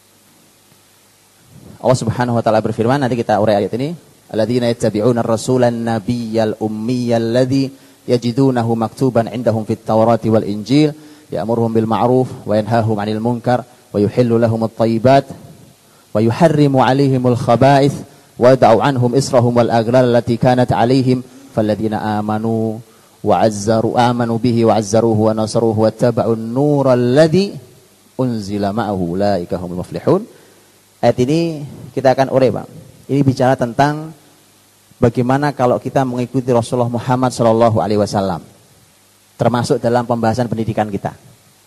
Allah Subhanahu wa taala berfirman, nanti kita urai ayat ini, alladzina yattabi'una ar-rasulan nabiyyal ummiyal ladzi yajidunahu maktuban 'indahum fit Taurati wal Injil ya'muruhum bil ma'ruf wa yanhahum 'anil munkar wa yuhillu lahum at-thayyibat wa yuharrimu 'alaihimul khaba'ith wa yad'u 'anhum israhum wal aghlal allati kanat 'alaihim falladzina amanu bihi wa 'azzaruhu wa nasaruhu wattaba'un nural ladzi unzila ma'ahu ulaika humul muflihun. Ayat ini kita akan urai, Pak. Ini bicara tentang bagaimana kalau kita mengikuti Rasulullah Muhammad SAW, termasuk dalam pembahasan pendidikan kita.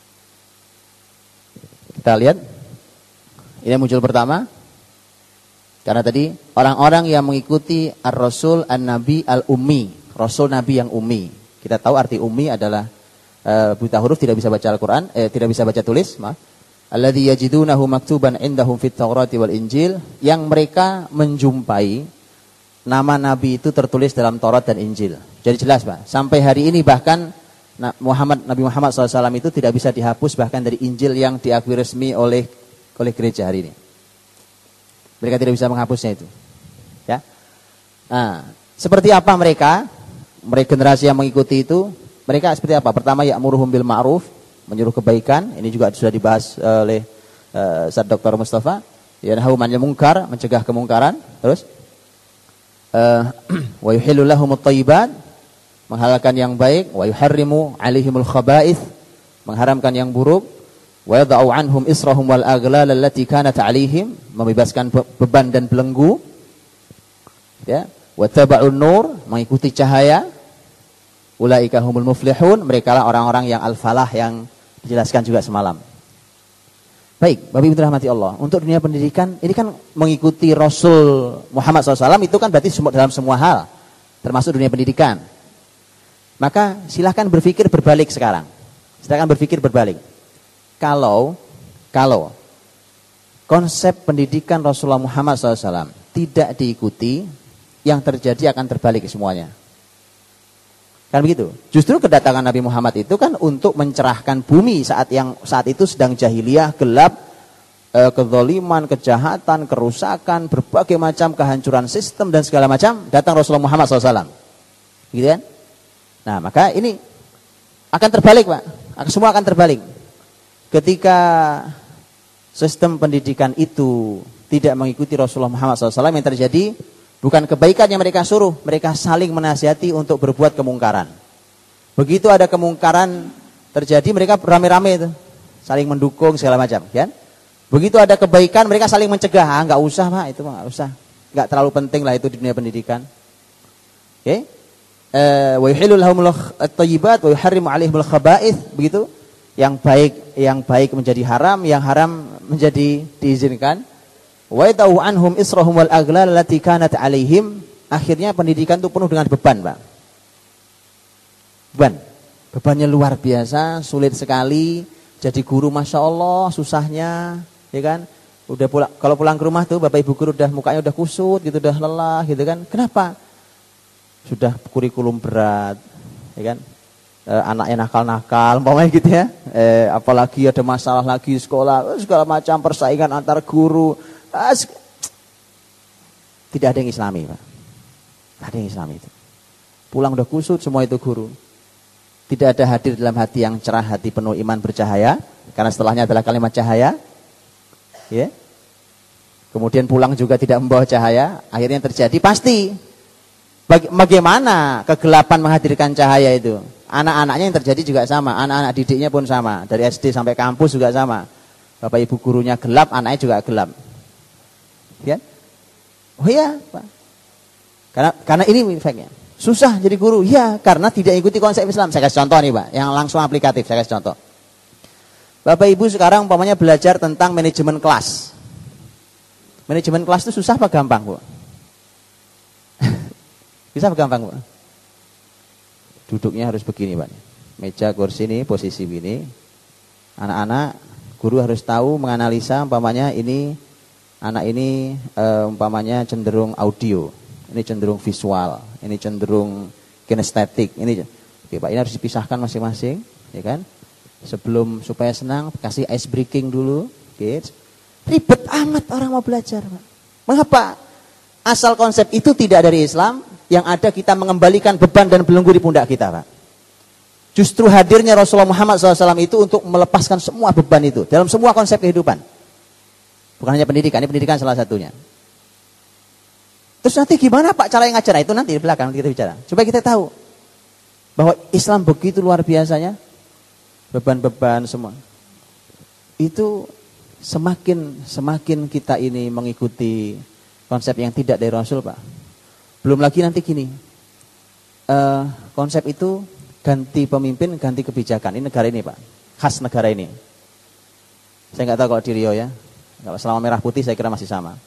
Kita lihat, ini muncul pertama, karena tadi orang-orang yang mengikuti Ar-Rasul An-Nabi Al-Ummi, Rasul Nabi yang ummi. Kita tahu arti ummi adalah buta huruf, tidak bisa baca Al-Quran, tidak bisa baca tulis, maaf. Alladzi yajidunahu maktuban 'indahum fit Taurati wal Injil, yang mereka menjumpai nama Nabi itu tertulis dalam Taurat dan Injil. Jadi jelas, Pak. Sampai hari ini bahkan Nabi Muhammad SAW itu tidak bisa dihapus bahkan dari Injil yang diakui resmi oleh gereja hari ini. Mereka tidak bisa menghapusnya itu. Ya. Nah, seperti apa mereka generasi yang mengikuti itu? Mereka seperti apa? Pertama, ya'muruhum bil ma'ruf, menyuruh kebaikan. Ini juga sudah dibahas oleh Ustaz Dr. Mustafa. Yanhahum 'anil munkar, mencegah kemungkaran. Terus wa yuhillu lahumut thayyibat, menghalalkan yang baik. Wa yuharrimu 'alaihimul khaba'ith, mengharamkan yang buruk. Wa yad'u 'anhum israhum wal aghlal allati kanat 'alaihim, membebaskan beban dan belenggu. Ya, wa taba'un nur, mengikuti cahaya. Ulaika humul muflihun, mereka lah orang-orang yang al-falah yang dijelaskan juga semalam. Baik, Bapak Ibu rahmati Allah, untuk dunia pendidikan ini kan mengikuti Rasul Muhammad SAW itu kan berarti dalam semua hal, termasuk dunia pendidikan. Maka silahkan berpikir berbalik sekarang. Silahkan berpikir berbalik. Kalau konsep pendidikan Rasulullah Muhammad SAW tidak diikuti, yang terjadi akan terbalik semuanya. Kan begitu. Justru kedatangan Nabi Muhammad itu kan untuk mencerahkan bumi saat itu sedang jahiliyah, gelap, kezaliman, kejahatan, kerusakan, berbagai macam kehancuran sistem dan segala macam. Datang Rasulullah Muhammad SAW. Gitu kan? Nah, maka ini akan terbalik, Pak. Semua akan terbalik. Ketika sistem pendidikan itu tidak mengikuti Rasulullah Muhammad SAW, yang terjadi bukan kebaikan yang mereka suruh, mereka saling menasihati untuk berbuat kemungkaran. Begitu ada kemungkaran terjadi, mereka rame-rame itu, saling mendukung segala macam, kan? Begitu ada kebaikan, mereka saling mencegah, nggak usah, Pak, itu nggak usah, nggak terlalu penting lah itu di dunia pendidikan. Oke? Wa yuhillu lahumul thayyibat wa yuharrimu 'alaihimul khaba'ith, begitu? Yang baik menjadi haram, yang haram menjadi diizinkan. Wa yad'u anhum israhum wal aghlal allati kanat 'alaihim. Akhirnya pendidikan itu penuh dengan beban, Pak. Bebannya luar biasa, sulit sekali. Jadi guru Masya Allah susahnya, ya kan? Kalau pulang ke rumah tuh Bapak Ibu guru mukanya udah kusut gitu, udah lelah gitu kan. Kenapa? Sudah kurikulum berat, ya kan? Anaknya nakal-nakal, umpamanya gitu ya. Apalagi ada masalah lagi sekolah, segala macam persaingan antar guru. Tidak ada yang Islami, Pak. Tidak ada yang Islami itu. Pulang udah kusut semua itu guru. Tidak ada hadir dalam hati yang cerah, hati penuh iman bercahaya, karena setelahnya adalah kalimat cahaya. Ya. Kemudian pulang juga tidak membawa cahaya. Akhirnya yang terjadi pasti bagaimana kegelapan menghadirkan cahaya itu. Anak-anaknya yang terjadi juga sama, anak-anak didiknya pun sama, dari SD sampai kampus juga sama. Bapak Ibu gurunya gelap, anaknya juga gelap. Ya? Oh iya, Pak. Karena ini efeknya. Susah jadi guru, ya karena tidak ikuti konsep Islam. Saya kasih contoh nih, Pak, yang langsung aplikatif. Saya kasih contoh. Bapak Ibu sekarang umpamanya belajar tentang manajemen kelas. Manajemen kelas itu susah apa gampang, Bu? Bisa apa gampang, Bu? Duduknya harus begini, Pak. Meja, kursi ini, posisi begini. Anak-anak, guru harus tahu menganalisa umpamanya ini anak ini umpamanya cenderung audio. Ini cenderung visual, ini cenderung kinestetik, ini. Oke, Pak, ini harus dipisahkan masing-masing, ya kan? Sebelum supaya senang, kasih ice breaking dulu. Gitu. Ribet amat orang mau belajar, Pak. Mengapa? Asal konsep itu tidak dari Islam, yang ada kita mengembalikan beban dan belenggu di pundak kita, Pak. Justru hadirnya Rasulullah Muhammad SAW itu untuk melepaskan semua beban itu dalam semua konsep kehidupan. Bukan hanya pendidikan, ini pendidikan salah satunya. Terus nanti gimana Pak cara yang ngajar? Itu nanti di belakang kita bicara. Supaya kita tahu bahwa Islam begitu luar biasanya. Beban-beban semua. Itu semakin kita ini mengikuti konsep yang tidak dari Rasul, Pak. Belum lagi nanti gini. Konsep itu ganti pemimpin, ganti kebijakan. Ini negara ini, Pak. Khas negara ini. Saya nggak tahu kalau di Rio ya. Kalau selama merah putih saya kira masih sama.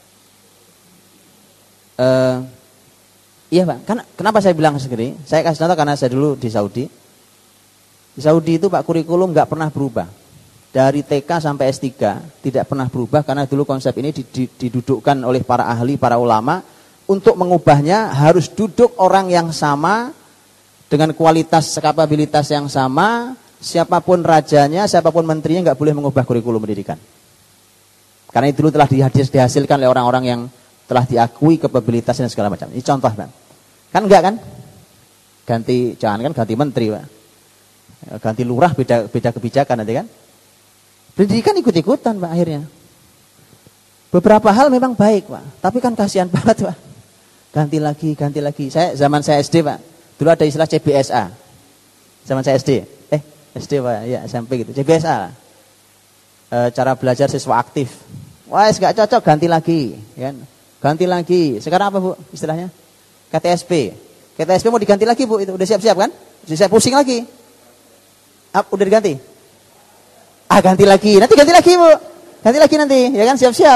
Iya, Pak. Kenapa saya bilang segini? Saya kasih contoh karena saya dulu di Saudi. Di Saudi itu Pak kurikulum nggak pernah berubah. Dari TK sampai S3 tidak pernah berubah karena dulu konsep ini didudukkan oleh para ahli, para ulama. Untuk mengubahnya harus duduk orang yang sama dengan kualitas kapabilitas yang sama. Siapapun rajanya, siapapun menterinya nggak boleh mengubah kurikulum pendidikan. Karena itu dulu telah dihasilkan oleh orang-orang yang telah diakui kapabilitasnya dan segala macam. Ini contoh, Pak. Kan enggak kan? Jangan kan ganti menteri, Pak. Ganti lurah beda kebijakan nanti kan. Pendidikan ikut-ikutan, Pak, akhirnya. Beberapa hal memang baik, Pak, tapi kan kasihan banget, Pak. Ganti lagi. Zaman saya SD, Pak, dulu ada istilah CBSA. Zaman saya SD. SD, Pak, ya SMP gitu. CBSA. Cara belajar siswa aktif. Wah, enggak cocok, ganti lagi, kan? Ganti lagi. Sekarang apa, Bu, istilahnya? KTSP. KTSP mau diganti lagi, Bu, itu udah siap-siap kan? Saya pusing lagi. Udah diganti? Ganti lagi. Nanti ganti lagi, Bu. Ganti lagi nanti, ya kan? Siap-siap.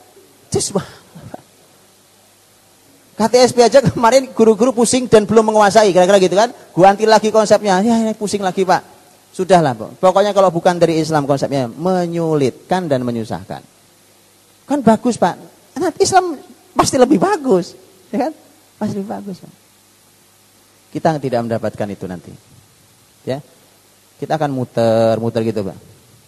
KTSP aja kemarin guru-guru pusing dan belum menguasai, kira-kira gitu kan? Ganti lagi konsepnya. Ya, ini pusing lagi, Pak. Sudahlah, Bu. Pokoknya kalau bukan dari Islam konsepnya menyulitkan dan menyusahkan. Kan bagus, Pak. Nah, Islam pasti lebih bagus, ya kan? Pasti lebih bagus, Pak. Kita tidak mendapatkan itu nanti. Ya. Kita akan muter gitu, Pak.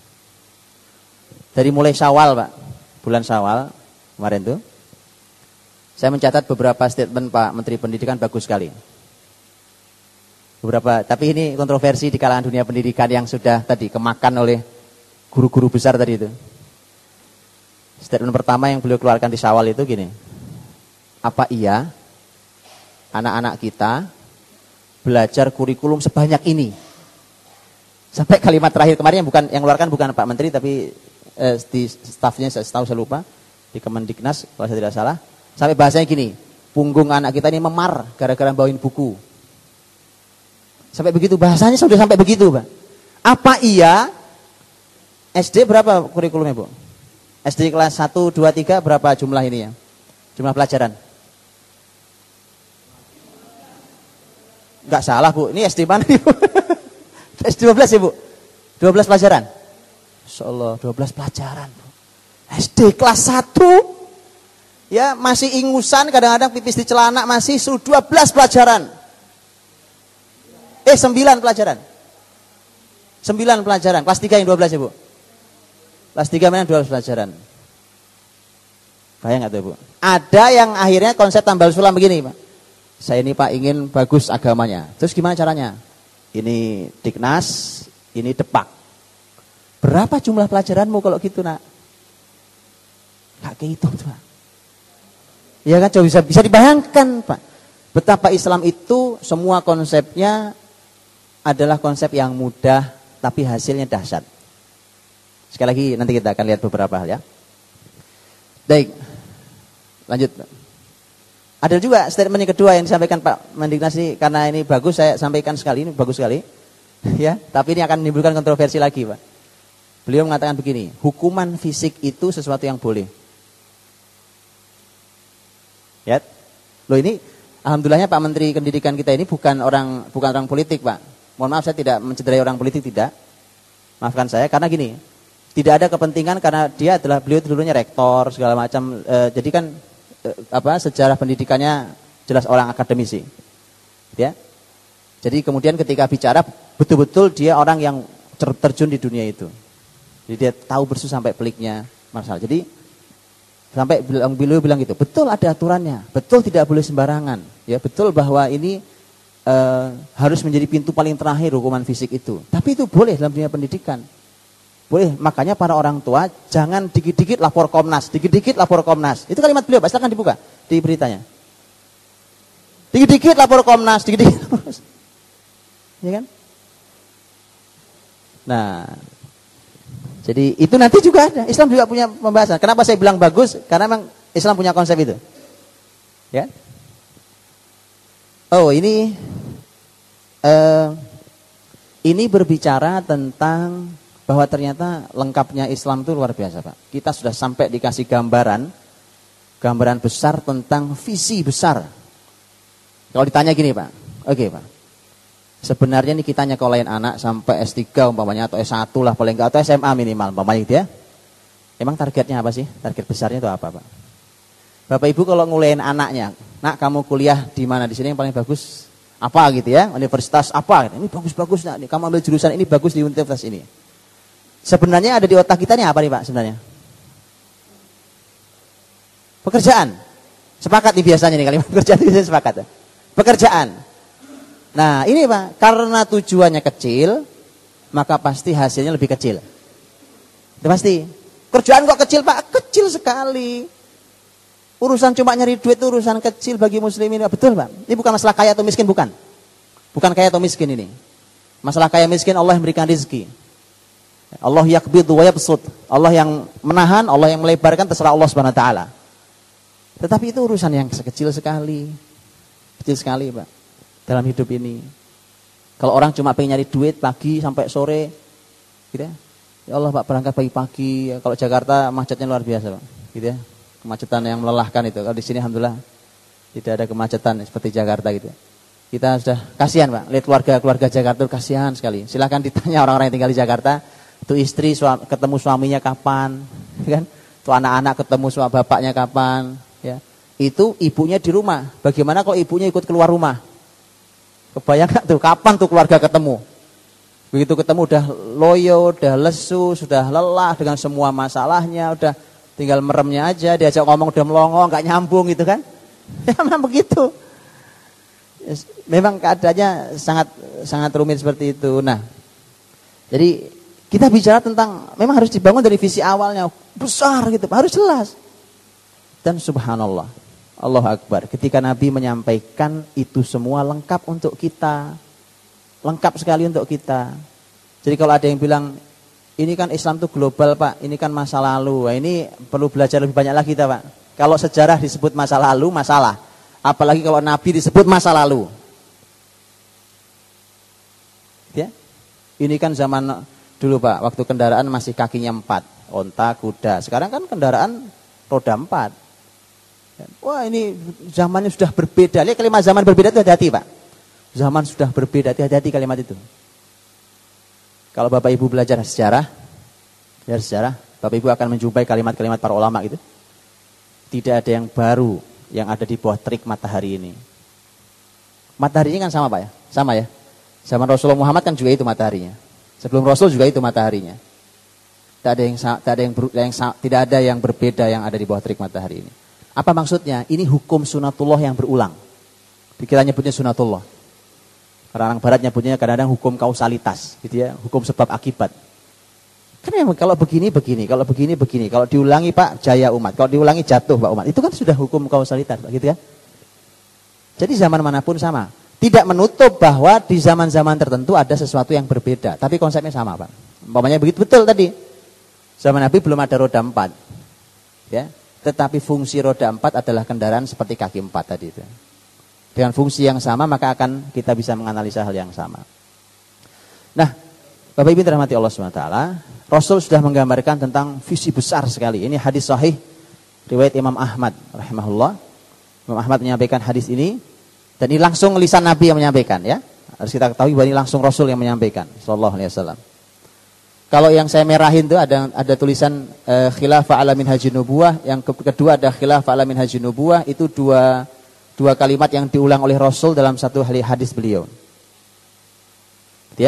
Dari mulai Syawal, Pak. Bulan Syawal kemarin tuh. Saya mencatat beberapa statement Pak Menteri Pendidikan bagus sekali. Beberapa, tapi ini kontroversi di kalangan dunia pendidikan yang sudah tadi kemakan oleh guru-guru besar tadi itu. Statement pertama yang beliau keluarkan di Syawal itu gini. Apa iya anak-anak kita belajar kurikulum sebanyak ini? Sampai kalimat terakhir kemarin yang keluarkan bukan Pak Menteri tapi di stafnya setahu saya lupa di Kemendiknas kalau saya tidak salah. Sampai bahasanya gini, punggung anak kita ini memar gara-gara bawain buku. Sampai begitu bahasanya sudah sampai begitu, Pak. Apa iya SD berapa kurikulumnya, Bu? SD kelas 1, 2, 3 berapa jumlah ini ya? Jumlah pelajaran? Enggak salah, Bu. Ini SD mana nih, Bu? SD 12 ya, Bu? 12 pelajaran? Insyaallah 12 pelajaran, Bu. SD kelas 1 ya masih ingusan, kadang-kadang pipis di celana masih 12 pelajaran. 9 pelajaran. 9 pelajaran. Kelas 3 yang 12 ya, Bu? Kelas 3 mana 12 pelajaran. Bayang enggak tuh, Bu? Ada yang akhirnya konsep tambal sulam begini, Pak. Saya ini, Pak, ingin bagus agamanya. Terus gimana caranya? Ini Diknas, ini Depak. Berapa jumlah pelajaranmu kalau gitu, Nak? Enggak kehitung, Pak. Ya kan, coba bisa dibayangkan, Pak. Betapa Islam itu semua konsepnya adalah konsep yang mudah, tapi hasilnya dahsyat. Sekali lagi nanti kita akan lihat beberapa hal ya. Baik, lanjut. Ada juga statement yang kedua yang disampaikan Pak Mendiknas ini, karena ini bagus saya sampaikan sekali, ini bagus sekali. Ya, tapi ini akan menimbulkan kontroversi lagi, Pak. Beliau mengatakan begini, hukuman fisik itu sesuatu yang boleh. Ya, loh ini alhamdulillahnya Pak Menteri Pendidikan kita ini bukan orang politik, Pak. Mohon maaf saya tidak mencederai orang politik, tidak. Maafkan saya karena gini, tidak ada kepentingan karena beliau dulunya rektor segala macam. Jadi kan sejarah pendidikannya jelas orang akademisi. Ya. Jadi kemudian ketika bicara betul-betul dia orang yang terjun di dunia itu. Jadi dia tahu persis sampai peliknya masalah. Jadi sampai beliau bilang gitu, betul ada aturannya, betul tidak boleh sembarangan, ya betul bahwa ini harus menjadi pintu paling terakhir hukuman fisik itu. Tapi itu boleh dalam dunia pendidikan. Boleh, makanya para orang tua jangan dikit-dikit lapor Komnas, dikit-dikit lapor Komnas. Itu kalimat beliau, silakan dibuka di beritanya. Dikit-dikit lapor Komnas, dikit-dikit lapor. Ya kan? Nah, jadi itu nanti juga ada. Islam juga punya pembahasan. Kenapa saya bilang bagus? Karena memang Islam punya konsep itu. Ya. Oh, ini berbicara tentang bahwa ternyata lengkapnya Islam itu luar biasa, Pak. Kita sudah sampai dikasih gambaran besar tentang visi besar. Kalau ditanya gini, Pak. Oke, Pak. Sebenarnya ini kita nyekolahin anak sampai S3 umpamanya atau S1 lah paling enggak, atau SMA minimal umpamanya gitu ya. Emang targetnya apa sih? Target besarnya itu apa, Pak? Bapak Ibu kalau nguliahin anaknya, nak kamu kuliah di mana, di sini yang paling bagus apa gitu ya, universitas apa, ini bagus-bagus nak, kamu ambil jurusan ini bagus di universitas ini. Sebenarnya ada di otak kita nih apa nih Pak sebenarnya? Pekerjaan. Sepakat nih biasanya nih kalimat pekerjaan itu sepakat. Pekerjaan. Nah ini Pak, karena tujuannya kecil, maka pasti hasilnya lebih kecil. Itu pasti. Kerjaan kok kecil Pak? Kecil sekali. Urusan cuma nyari duit itu urusan kecil bagi muslimin. Betul Pak. Ini bukan masalah kaya atau miskin, bukan. Bukan kaya atau miskin ini. Masalah kaya miskin Allah yang memberikan rezeki. Allah yaqbidu wa yabsut. Allah yang menahan, Allah yang melebarkan, terserah Allah Subhanahu wa taala. Tetapi itu urusan yang sekecil sekali. Kecil sekali Pak. Dalam hidup ini. Kalau orang cuma pengen nyari duit pagi sampai sore gitu ya. Ya Allah Pak, berangkat pagi-pagi. Kalau Jakarta macetnya luar biasa Pak. Gitu ya. Kemacetan yang melelahkan itu. Kalau di sini alhamdulillah tidak ada kemacetan seperti Jakarta gitu. Kita sudah kasihan Pak, lihat keluarga Jakarta itu kasihan sekali. Silakan ditanya orang-orang yang tinggal di Jakarta, itu istri ketemu suaminya kapan, kan? Itu anak-anak ketemu sama bapaknya kapan, ya. Itu ibunya di rumah. Bagaimana kalau ibunya ikut keluar rumah? Kebayang gak tuh kapan tuh keluarga ketemu? Begitu ketemu udah loyo, udah lesu, sudah lelah dengan semua masalahnya, udah tinggal meremnya aja, diajak ngomong udah melongo, nggak nyambung gitu kan? Ya memang begitu. Memang keadaannya sangat rumit seperti itu. Nah, jadi kita bicara tentang memang harus dibangun dari visi awalnya besar gitu, harus jelas. Dan subhanallah, Allahu Akbar. Ketika Nabi menyampaikan itu semua lengkap untuk kita, lengkap sekali untuk kita. Jadi kalau ada yang bilang ini kan Islam itu global Pak, ini kan masa lalu. Wah, ini perlu belajar lebih banyak lagi kita Pak. Kalau sejarah disebut masa lalu, masalah. Apalagi kalau Nabi disebut masa lalu. Ya, ini kan zaman dulu Pak, waktu kendaraan masih kakinya 4, onta, kuda. Sekarang kan kendaraan roda 4. Wah ini zamannya sudah berbeda. Lihat kalimat zaman berbeda itu hati-hati Pak. Zaman sudah berbeda, hati-hati kalimat itu. Kalau Bapak Ibu belajar sejarah, Bapak Ibu akan menjumpai kalimat-kalimat para ulama gitu. Tidak ada yang baru yang ada di bawah terik matahari ini. Mataharinya kan sama Pak ya? Sama ya? Zaman Rasulullah Muhammad kan juga itu mataharinya. Sebelum Rasul juga itu mataharinya. Tidak ada yang berbeda yang ada di bawah terik matahari ini. Apa maksudnya? Ini hukum sunatullah yang berulang. Kita nyebutnya sunatullah. Karena orang barat nyebutnya kadang-kadang hukum kausalitas, gitu ya, hukum sebab akibat. Kan kalau begini, kalau begini, kalau diulangi Pak jaya umat, kalau diulangi jatuh Pak umat. Itu kan sudah hukum kausalitas, Pak, gitu kan? Jadi zaman manapun sama. Tidak menutup bahwa di zaman-zaman tertentu ada sesuatu yang berbeda, tapi konsepnya sama Pak. Umpamanya begitu betul tadi. Zaman Nabi belum ada roda 4. Ya, tetapi fungsi roda 4 adalah kendaraan seperti kaki 4 tadi itu. Dengan fungsi yang sama maka akan kita bisa menganalisa hal yang sama. Nah, Bapak Ibu dirahmati Allah SWT, Rasul sudah menggambarkan tentang visi besar sekali. Ini hadis sahih riwayat Imam Ahmad rahimahullah. Imam Ahmad menyampaikan hadis ini dan ini langsung lisan Nabi yang menyampaikan ya. Harus kita ketahui bahwa ini langsung Rasul yang menyampaikan sallallahu alaihi wasallam. Kalau yang saya merahin itu ada tulisan khilafah ala minhajin nubuwah, yang kedua ada khilafah ala minhajin nubuwah, itu dua kalimat yang diulang oleh Rasul dalam satu hadis beliau. Ya.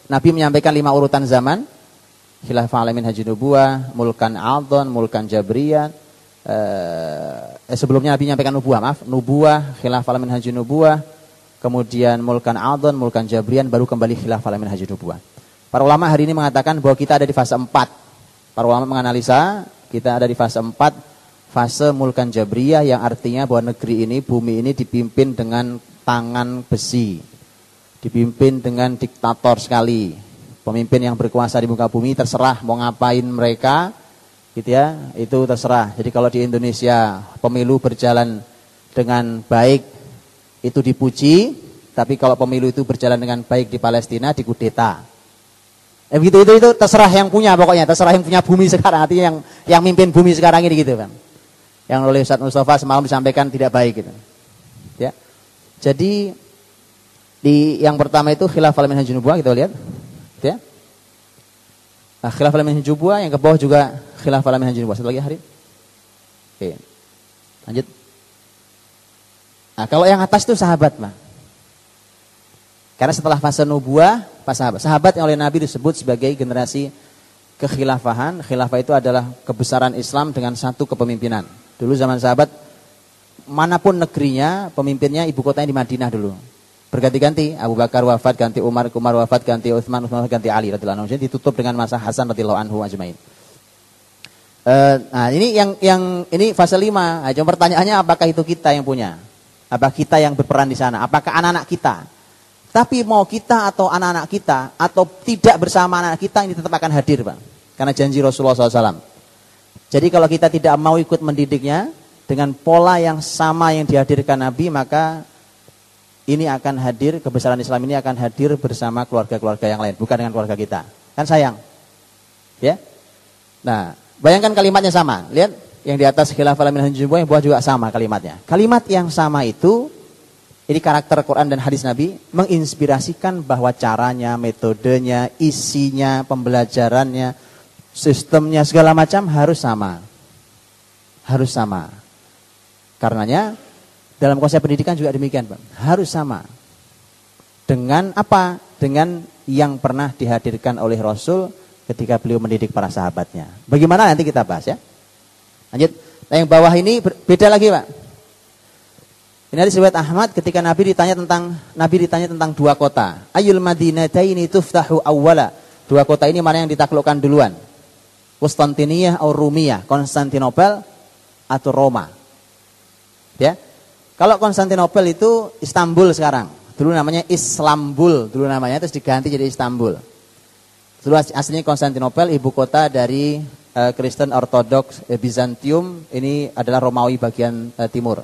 Nabi menyampaikan 5 urutan zaman. Khilafah alamin haji nubuwah, mulkan aldon, mulkan jabriyah. Sebelumnya Nabi menyampaikan nubuwah, khilafah alamin haji nubuwah, kemudian mulkan aldon, mulkan jabriyan, baru kembali khilafah alamin haji nubuwah. Para ulama hari ini mengatakan bahwa kita ada di fase 4. Para ulama menganalisa kita ada di fase 4, fase mulkan jabriyah, yang artinya bahwa negeri ini, bumi ini dipimpin dengan tangan besi, dipimpin dengan diktator sekali. Pemimpin yang berkuasa di muka bumi terserah mau ngapain mereka, gitu ya, itu terserah. Jadi kalau di Indonesia pemilu berjalan dengan baik itu dipuji, tapi kalau pemilu itu berjalan dengan baik di Palestina dikudeta. Begitu itu terserah yang punya, pokoknya terserah yang punya bumi sekarang, artinya yang mimpin bumi sekarang ini gitu kan. Yang oleh Ustaz Mustafa semalam disampaikan tidak baik gitu. Ya. Jadi di yang pertama itu khilafah alamin haji nubuwah, kita lihat. Ya. Nah, khilafah alamin haji nubuwah, yang ke bawah juga khilafah alamin haji nubuwah. Satu lagi hari. Oke. Lanjut. Nah, kalau yang atas itu sahabat, Pak. Karena setelah fase nubuwah, pas sahabat. Sahabat yang oleh Nabi disebut sebagai generasi kekhilafahan. Khilafah itu adalah kebesaran Islam dengan satu kepemimpinan. Dulu zaman sahabat, manapun negerinya, pemimpinnya ibu kotanya di Madinah dulu. Berganti-ganti, Abu Bakar wafat, ganti Umar wafat, ganti Utsman wafat, ganti Ali radhiyallahu anhu. Jadi ditutup dengan masa Hasan radhiyallahu anhu ajmain. Nah, ini ini fase 5. Nah, cuma pertanyaannya, apakah itu kita yang punya? Apa kita yang berperan di sana? Apakah anak-anak kita? Tapi mau kita atau anak-anak kita atau tidak bersama anak kita, ini tetap akan hadir, Pak. Karena janji Rasulullah SAW. Jadi kalau kita tidak mau ikut mendidiknya dengan pola yang sama yang dihadirkan Nabi, maka ini akan hadir, kebesaran Islam ini akan hadir bersama keluarga-keluarga yang lain, bukan dengan keluarga kita. Kan sayang. Ya. Nah, bayangkan kalimatnya sama. Lihat yang di atas khilafah alamin haji nubuwah, yang bawah juga sama kalimatnya. Kalimat yang sama itu, ini karakter Quran dan hadis Nabi, menginspirasikan bahwa caranya, metodenya, isinya, pembelajarannya, sistemnya, segala macam harus sama. Harus sama. Karenanya dalam konsep pendidikan juga demikian, Pak. Harus sama. Dengan apa? Dengan yang pernah dihadirkan oleh Rasul ketika beliau mendidik para sahabatnya. Bagaimana nanti kita bahas ya. Lanjut. Nah, yang bawah ini beda lagi, Pak. Ini hadis riwayat Ahmad ketika Nabi ditanya tentang 2 kota. Ayul madinataini tuftahu awwala. 2 kota ini mana yang ditaklukkan duluan? Konstantiniyah atau Rumiyah, Konstantinopel atau Roma. Ya. Kalau Konstantinopel itu Istanbul sekarang. Dulu namanya Islambul, dulu namanya, terus diganti jadi Istanbul. Dulu aslinya Konstantinopel, ibu kota dari Kristen Ortodoks Bizantium, ini adalah Romawi bagian timur.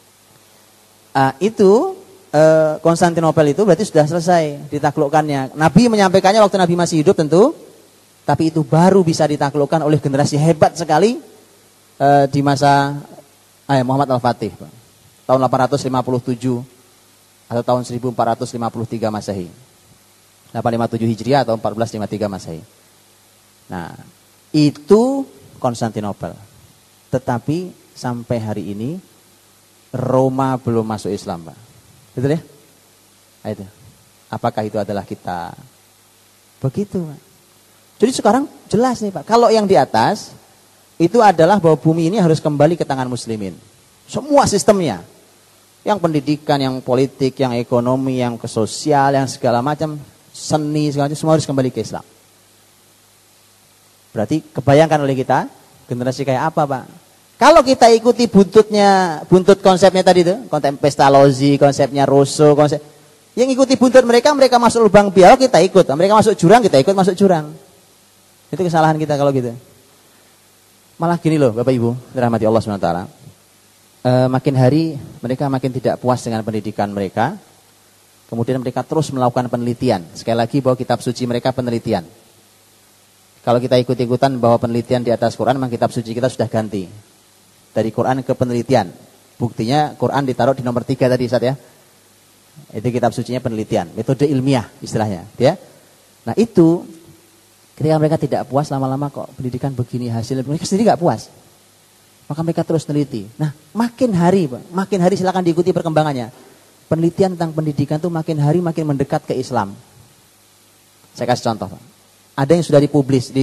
Konstantinopel itu berarti sudah selesai ditaklukkannya. Nabi menyampaikannya waktu Nabi masih hidup tentu, tapi itu baru bisa ditaklukkan oleh generasi hebat sekali di masa Muhammad Al-Fatih, Pak. Tahun 857 atau tahun 1453 Masehi. 857 Hijriah atau 1453 Masehi. Nah, itu Konstantinopel. Tetapi sampai hari ini Roma belum masuk Islam, Pak. Betul ya? Nah, itu. Apakah itu adalah kita? Begitu, Pak. Jadi sekarang jelas nih, Pak. Kalau yang di atas itu adalah bahwa bumi ini harus kembali ke tangan muslimin. Semua sistemnya. Yang pendidikan, yang politik, yang ekonomi, yang sosial, yang segala macam, seni, segala macam, semua harus kembali ke Islam. Berarti kebayangkan oleh kita, generasi kayak apa, Pak? Kalau kita ikuti buntut konsepnya tadi itu, konsep Pestalozzi, konsepnya Rousseau, yang ikuti buntut mereka masuk lubang biawak, kita ikut. Mereka masuk jurang, kita ikut masuk jurang. Itu kesalahan kita kalau gitu. Malah gini loh, Bapak Ibu, dirahmati Allah SWT. Makin hari mereka makin tidak puas dengan pendidikan mereka. Kemudian mereka terus melakukan penelitian. Sekali lagi bahwa kitab suci mereka penelitian. Kalau kita ikut-ikutan bahwa penelitian di atas Quran, memang kitab suci kita sudah ganti. Dari Quran ke penelitian. Buktinya Quran ditaruh di nomor 3 tadi, Ustaz ya. Itu kitab sucinya penelitian, metode ilmiah istilahnya, ya. Nah, itu ketika mereka tidak puas, lama-lama kok pendidikan begini hasilnya, mereka sendiri enggak puas. Maka mereka terus teliti. Nah, makin hari silakan diikuti perkembangannya. Penelitian tentang pendidikan itu makin hari makin mendekat ke Islam. Saya kasih contoh, Pak. Ada yang sudah dipublish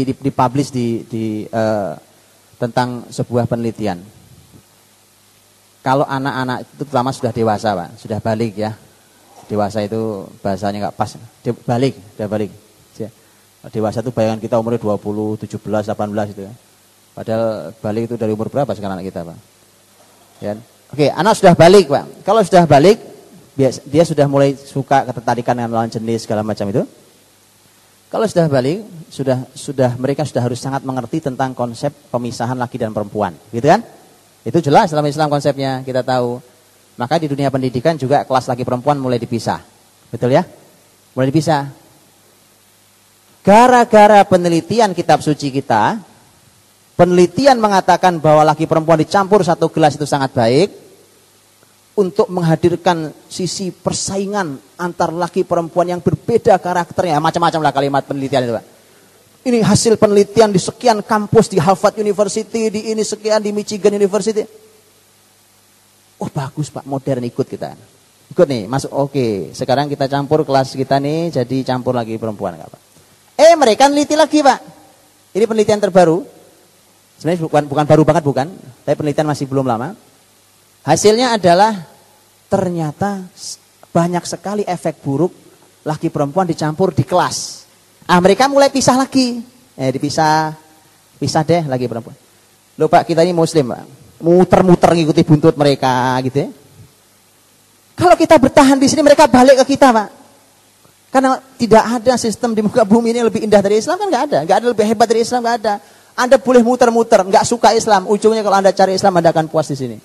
tentang sebuah penelitian. Kalau anak-anak itu pertama sudah dewasa, Pak, sudah balik ya. Dewasa itu bahasanya nggak pas. Sudah balik. Dewasa itu bayangan kita umurnya 20, 17, 18 itu ya. Padahal balik itu dari umur berapa sekarang anak kita, Pak? Ya. Oke, anak sudah balik, Pak. Kalau sudah balik, dia sudah mulai suka ketertarikan dengan lawan jenis segala macam itu. Kalau sudah balik, mereka sudah harus sangat mengerti tentang konsep pemisahan laki dan perempuan, gitu kan? Itu jelas dalam Islam konsepnya, kita tahu. Maka di dunia pendidikan juga kelas laki perempuan mulai dipisah. Betul ya? Mulai dipisah. Gara-gara penelitian kitab suci kita, penelitian mengatakan bahwa laki perempuan dicampur satu gelas itu sangat baik untuk menghadirkan sisi persaingan antar laki perempuan yang berbeda karakternya. Macam-macam lah kalimat penelitian itu, Pak. Ini hasil penelitian di sekian kampus, di Harvard University, di ini sekian, di Michigan University. Oh bagus, Pak, modern, ikut kita. Ikut nih, masuk, oke. Sekarang kita campur kelas kita nih, jadi campur lagi perempuan, enggak, Pak. Mereka neliti lagi, Pak. Ini penelitian terbaru. Sebenarnya bukan baru banget, bukan. Tapi penelitian masih belum lama. Hasilnya adalah ternyata banyak sekali efek buruk laki perempuan dicampur di kelas. Mereka mulai pisah lagi. Pisah deh laki perempuan. Loh, Pak, kita ini muslim, Pak. Muter-muter ngikuti buntut mereka gitu ya. Kalau kita bertahan di sini, mereka balik ke kita, Pak. Karena tidak ada sistem di muka bumi ini yang lebih indah dari Islam, kan nggak ada. Nggak ada lebih hebat dari Islam, nggak ada. Anda boleh muter-muter, nggak suka Islam, ujungnya kalau Anda cari Islam, Anda akan puas di sini.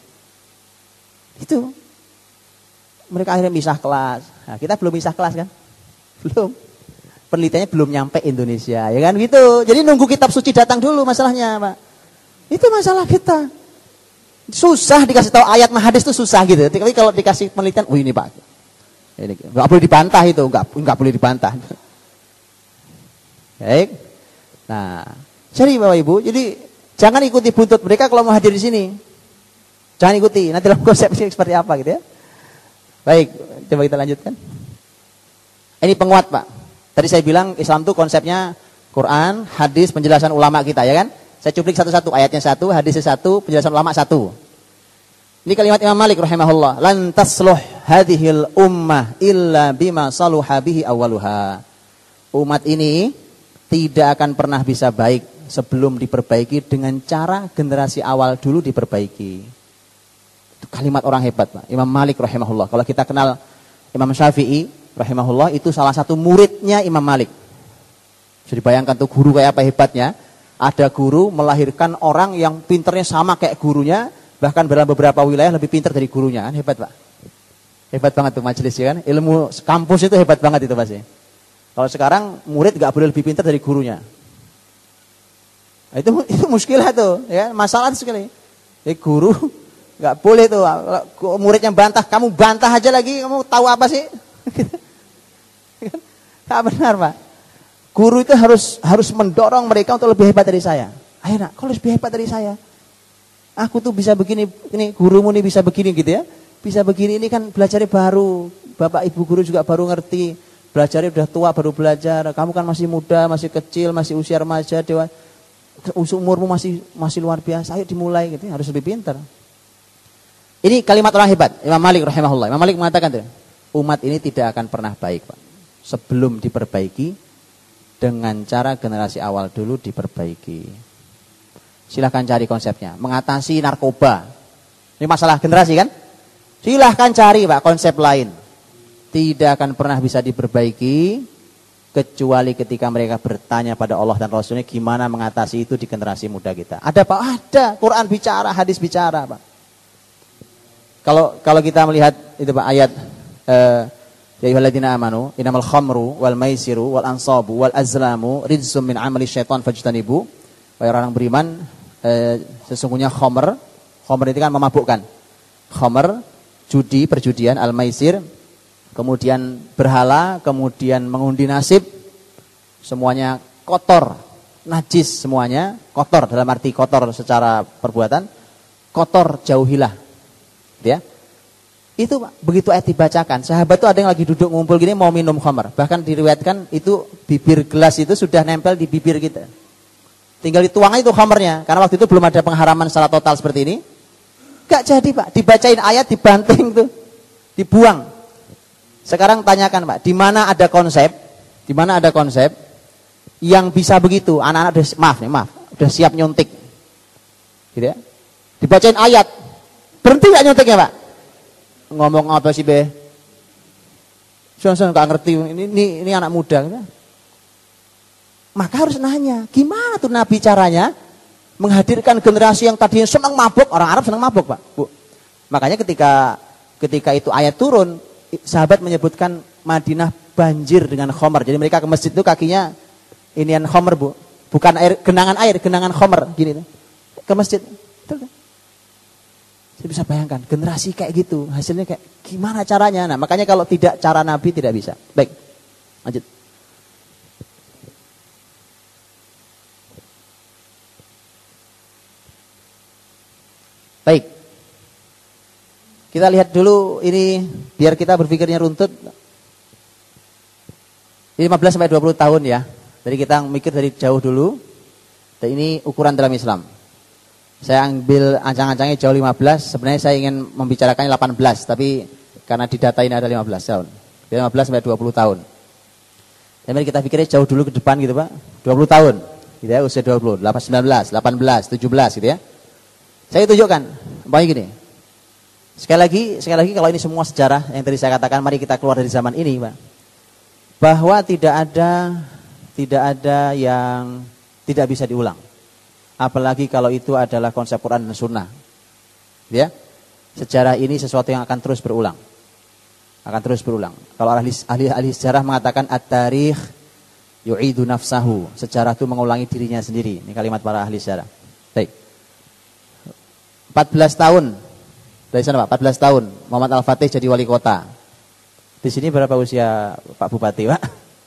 Itu. Mereka akhirnya misah kelas. Nah, kita belum misah kelas kan? Belum. Penelitiannya belum nyampe Indonesia, ya kan gitu. Jadi nunggu kitab suci datang dulu masalahnya, Pak. Itu masalah kita. Susah dikasih tahu ayat hadis itu susah gitu. Tapi kalau dikasih penelitian, ini Pak. Ini nggak boleh dibantah itu, nggak boleh dibantah. Baik. Nah, jadi Bapak Ibu, jadi jangan ikuti buntut mereka kalau mau hadir di sini. Jangan ikuti, nanti dalam konsepnya seperti apa gitu ya. Baik, coba kita lanjutkan. Ini penguat, Pak. Tadi saya bilang Islam itu konsepnya Quran, hadis, penjelasan ulama kita, ya kan? Saya cuplik satu-satu, ayatnya satu, hadisnya satu, penjelasan ulama satu. Ini kalimat Imam Malik rahimahullah, lan tasluh hadhil ummah illa bima saluha bihi awaluha. Umat ini tidak akan pernah bisa baik sebelum diperbaiki dengan cara generasi awal dulu diperbaiki. Itu kalimat orang hebat, Pak. Imam Malik rahimahullah. Kalau kita kenal Imam Syafi'i rahimahullah, itu salah satu muridnya Imam Malik. Bisa dibayangkan tuh guru kayak apa hebatnya. Ada guru melahirkan orang yang pinternya sama kayak gurunya, bahkan dalam beberapa wilayah lebih pintar dari gurunya, kan hebat, Pak. Hebat banget tuh majelis, ya kan? Ilmu kampus itu hebat banget itu pasti. Kalau sekarang murid nggak boleh lebih pintar dari gurunya. Nah, itu muskilah tuh, ya, masalah sekali. Guru nggak boleh tuh, muridnya bantah, kamu bantah aja lagi, kamu tahu apa sih? Nggak benar, Pak. Guru itu harus mendorong mereka untuk lebih hebat dari saya. Ayo nak, kau lebih hebat dari saya. Aku tuh bisa begini, ini gurumu nih bisa begini gitu ya. Bisa begini, ini kan belajarnya baru. Bapak ibu guru juga baru ngerti. Belajarnya udah tua baru belajar. Kamu kan masih muda, masih kecil, masih usia remaja, dewasa. Umurmu masih luar biasa. Ayo dimulai gitu, harus lebih pintar. Ini kalimat orang hebat, Imam Malik rahimahullah. Imam Malik mengatakan tuh, umat ini tidak akan pernah baik, Pak, sebelum diperbaiki dengan cara generasi awal dulu diperbaiki. Silahkan cari konsepnya. Mengatasi narkoba. Ini masalah generasi kan? Silahkan cari, Pak, konsep lain. Tidak akan pernah bisa diperbaiki kecuali ketika mereka bertanya pada Allah dan Rasulnya gimana mengatasi itu di generasi muda kita. Ada, Pak? Ada. Quran bicara, hadis bicara, Pak. Kalau kita melihat itu, Pak, ayat ya ayyuhalladzina amanu innamal khamru wal maisiru wal ansabu wal azlamu rijsum min amali syaitan fajtanibu. Wahai orang beriman, sesungguhnya khamr itu kan memabukkan. Khamr, judi, perjudian, al-maisir, kemudian berhala, kemudian mengundi nasib, semuanya kotor, najis semuanya, kotor dalam arti kotor secara perbuatan, kotor jauhilah. Ya. Itu begitu ayat dibacakan, sahabat tuh ada yang lagi duduk ngumpul gini mau minum khamar. Bahkan diriwayatkan itu bibir gelas itu sudah nempel di bibir kita. Tinggal dituang itu khamarnya. Karena waktu itu belum ada pengharaman secara total seperti ini. Gak jadi Pak, dibacain ayat dibanting tuh, dibuang. Sekarang tanyakan Pak, di mana ada konsep yang bisa begitu? Anak-anak udah udah siap nyuntik, gitu ya? Dibacain ayat, berhenti nggak nyuntiknya Pak? Ngomong apa sih be? Soalnya nggak ngerti, ini anak muda. Gitu. Maka harus nanya, gimana tuh Nabi caranya menghadirkan generasi yang tadinya senang mabuk, orang Arab senang mabuk Pak, Bu. Makanya ketika itu ayat turun, sahabat menyebutkan Madinah banjir dengan khamar. Jadi mereka ke masjid itu kakinya inian khamar Bu, bukan genangan khamar gini tuh. Ke masjid. Betul kan? Saya bisa bayangkan generasi kayak gitu, hasilnya kayak gimana caranya. Nah, makanya kalau tidak cara Nabi tidak bisa. Baik. Lanjut. Baik. Kita lihat dulu ini biar kita berpikirnya runtut. 15 sampai 20 tahun ya. Jadi kita mikir dari jauh dulu. Dan ini ukuran dalam Islam. Saya ambil ancang-ancangnya jauh 15, sebenarnya saya ingin membicarakannya 18, tapi karena di data ini ada 15 tahun. 15 sampai 20 tahun. Dan mari kita pikirnya jauh dulu ke depan gitu Pak. 20 tahun. Gitu ya, usia 20, 19, 18, 17 gitu ya. Saya tunjukkan, umpamanya gini. Sekali lagi kalau ini semua sejarah yang tadi saya katakan, mari kita keluar dari zaman ini, Pak. Bahwa tidak ada yang tidak bisa diulang. Apalagi kalau itu adalah konsep Quran dan Sunnah. Ya. Sejarah ini sesuatu yang akan terus berulang. Kalau ahli sejarah mengatakan at-tarikh yu'idu nafsahu. Sejarah itu mengulangi dirinya sendiri. Ini kalimat para ahli sejarah. Baik. 14 tahun. Dari sana Pak, 14 tahun Muhammad Al-Fatih jadi wali kota. Di sini berapa usia Pak Bupati, Pak?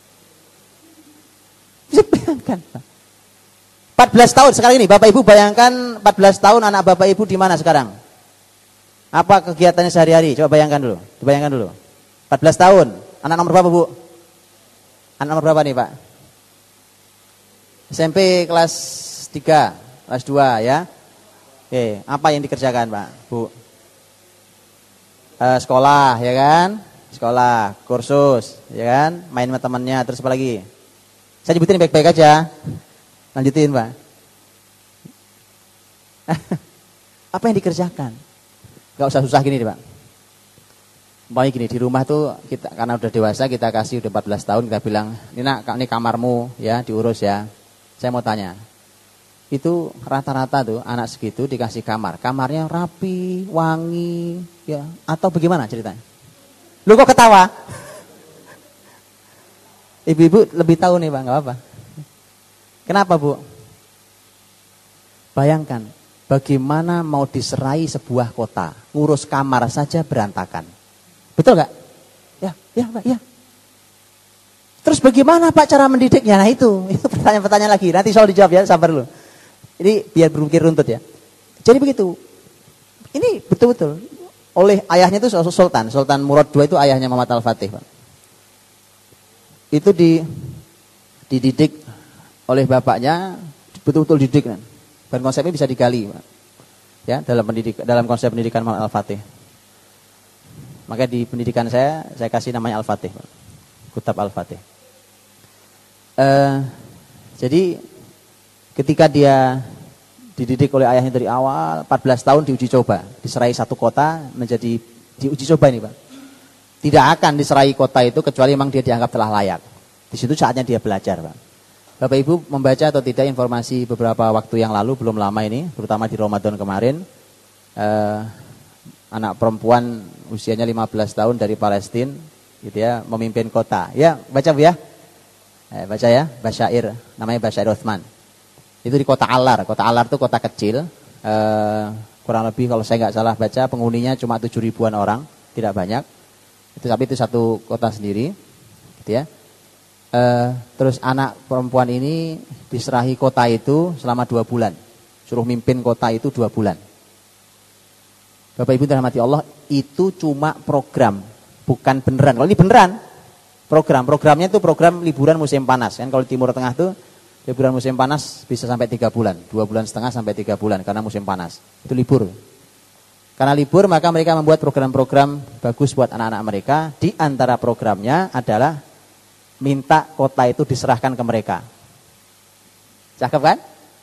Bisa bayangkan, Pak. 14 tahun sekarang ini, Bapak Ibu bayangkan 14 tahun anak Bapak Ibu di mana sekarang? Apa kegiatannya sehari-hari? Coba bayangkan dulu. 14 tahun. Anak nomor berapa, Bu? Anak nomor berapa nih, Pak? SMP kelas 3, kelas 2 ya. Oke, apa yang dikerjakan, Pak, Bu? Sekolah, ya kan? Sekolah, kursus, ya kan? Main sama temannya, terus apa lagi? Saya nyebutin baik-baik aja. Lanjutin, Pak. Apa yang dikerjakan? Gak usah susah gini, Pak. Pokoknya gini, di rumah tuh kita karena udah dewasa, kita kasih udah 14 tahun, kita bilang, "Ini Nak, ini kamarmu ya, diurus ya." Saya mau tanya. Itu rata-rata tuh anak segitu dikasih kamar. Kamarnya rapi, wangi, ya, atau bagaimana ceritanya? Lu kok ketawa? Ibu-ibu lebih tahu nih, Pak, enggak apa-apa. Kenapa, Bu? Bayangkan, bagaimana mau diserai sebuah kota, ngurus kamar saja berantakan. Betul enggak? Ya, Pak, ya. Terus bagaimana Pak cara mendidiknya? Nah itu pertanyaan-pertanyaan lagi. Nanti soal dijawab ya, sabar dulu. Ini biar berpikir runtut ya. Jadi begitu. Ini betul-betul oleh ayahnya itu Sultan Murad II itu ayahnya Muhammad Al-Fatih, Pak. Itu dididik oleh bapaknya, betul-betul dididik kan. Dan konsepnya bisa digali, Pak. Ya, dalam konsep pendidikan Muhammad Al-Fatih. Maka di pendidikan saya kasih namanya Al-Fatih, Pak. Kutab Al-Fatih. Jadi ketika dia dididik oleh ayahnya dari awal, 14 tahun diuji coba, diserai satu kota menjadi diuji coba ini, Pak. Tidak akan diserai kota itu kecuali memang dia dianggap telah layak. Di situ saatnya dia belajar, Pak. Bapak Ibu membaca atau tidak informasi beberapa waktu yang lalu, belum lama ini, terutama di Ramadan kemarin, anak perempuan usianya 15 tahun dari Palestina, gitu ya, memimpin kota. Ya, baca Bu ya. Baca ya, Basyair, namanya Basyair Uthman. Itu di kota Alar. Kota Alar itu kota kecil, kurang lebih kalau saya nggak salah baca penghuninya cuma 7 ribuan orang, tidak banyak. Tapi itu satu kota sendiri, gitu ya. Terus anak perempuan ini diserahi kota itu selama 2 bulan, suruh mimpin kota itu 2 bulan. Bapak Ibu dirahmati Allah, itu cuma program, bukan beneran. Kalau ini beneran, programnya itu program liburan musim panas. Kan kalau di Timur Tengah tuh liburan musim panas bisa sampai 3 bulan, 2,5 bulan sampai 3 bulan karena musim panas. Itu libur. Karena libur maka mereka membuat program-program bagus buat anak-anak mereka. Di antara programnya adalah minta kota itu diserahkan ke mereka. Cakep kan?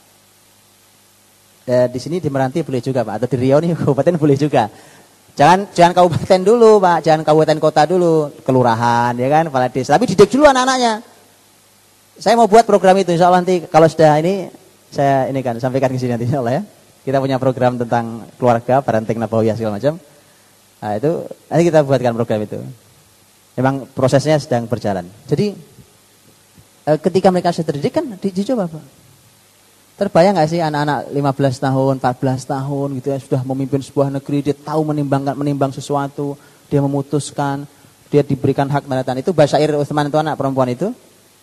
Di sini di Meranti boleh juga Pak, atau di Riau nih kabupaten boleh juga. Jangan kabupaten dulu Pak, jangan kabupaten kota dulu, kelurahan ya kan, kepala desa. Tapi didik dulu anak-anaknya. Saya mau buat program itu, insya Allah nanti kalau sudah ini saya ini kan sampaikan ke sini nanti insya Allah ya. Kita punya program tentang keluarga, parenting nabawiyah segala macam. Nah itu nanti kita buatkan program itu. Memang prosesnya sedang berjalan. Jadi ketika mereka sudah terdidik kan dicoba Pak. Terbayang gak sih anak-anak 15 tahun, 14 tahun gitu ya, sudah memimpin sebuah negeri, dia tahu menimbang sesuatu, dia memutuskan, dia diberikan hak tanda tangan. Itu Basyair Utsman itu anak perempuan itu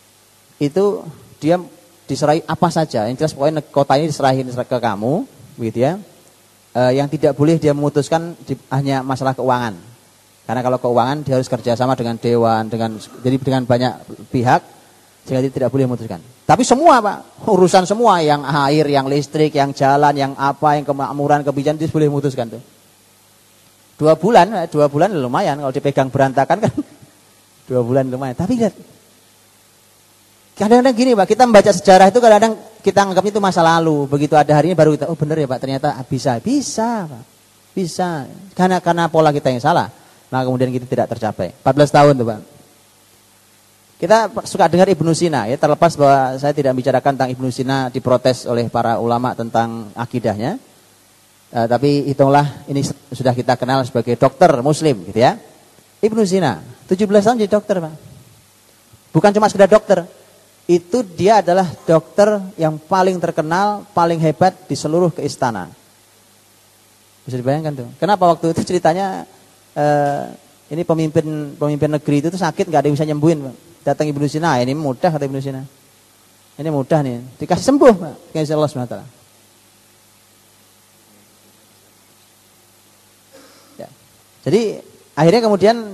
dia diserahi apa saja. Yang jelas pokoknya kota ini diserahin ke kamu, begitu ya. Yang tidak boleh dia memutuskan hanya masalah keuangan. Karena kalau keuangan dia harus kerjasama dengan dewan, jadi dengan banyak pihak, sehingga dia tidak boleh memutuskan. Tapi semua Pak, urusan semua, yang air, yang listrik, yang jalan, yang apa, yang kemakmuran, kebijakan, dia boleh memutuskan tuh. 2 bulan lumayan, kalau dipegang berantakan kan 2 bulan lumayan. Tapi lihat, kadang-kadang gini Pak, kita membaca sejarah itu kadang-kadang kita anggap itu masa lalu. Begitu ada hari ini baru kita, oh benar ya Pak, ternyata bisa Pak. Bisa. Karena pola kita yang salah. Nah kemudian kita tidak tercapai. 14 tahun tuh Pak. Kita suka dengar Ibnu Sina ya, terlepas bahwa saya tidak bicarakan tentang Ibnu Sina diprotes oleh para ulama tentang akidahnya. Tapi hitunglah ini sudah kita kenal sebagai dokter muslim gitu ya. Ibnu Sina 17 tahun jadi dokter Pak. Bukan cuma sekedar dokter. Itu dia adalah dokter yang paling terkenal, paling hebat di seluruh keistana. Bisa dibayangkan tuh. Kenapa waktu itu ceritanya ini pemimpin negeri itu tuh sakit nggak ada yang bisa nyembuhin Pak. Datang Ibnu Sina, ini mudah kata Ibnu Sina. Ini mudah nih, dikasih sembuh Pak. Kasih Allah SWT. Ya. Jadi akhirnya kemudian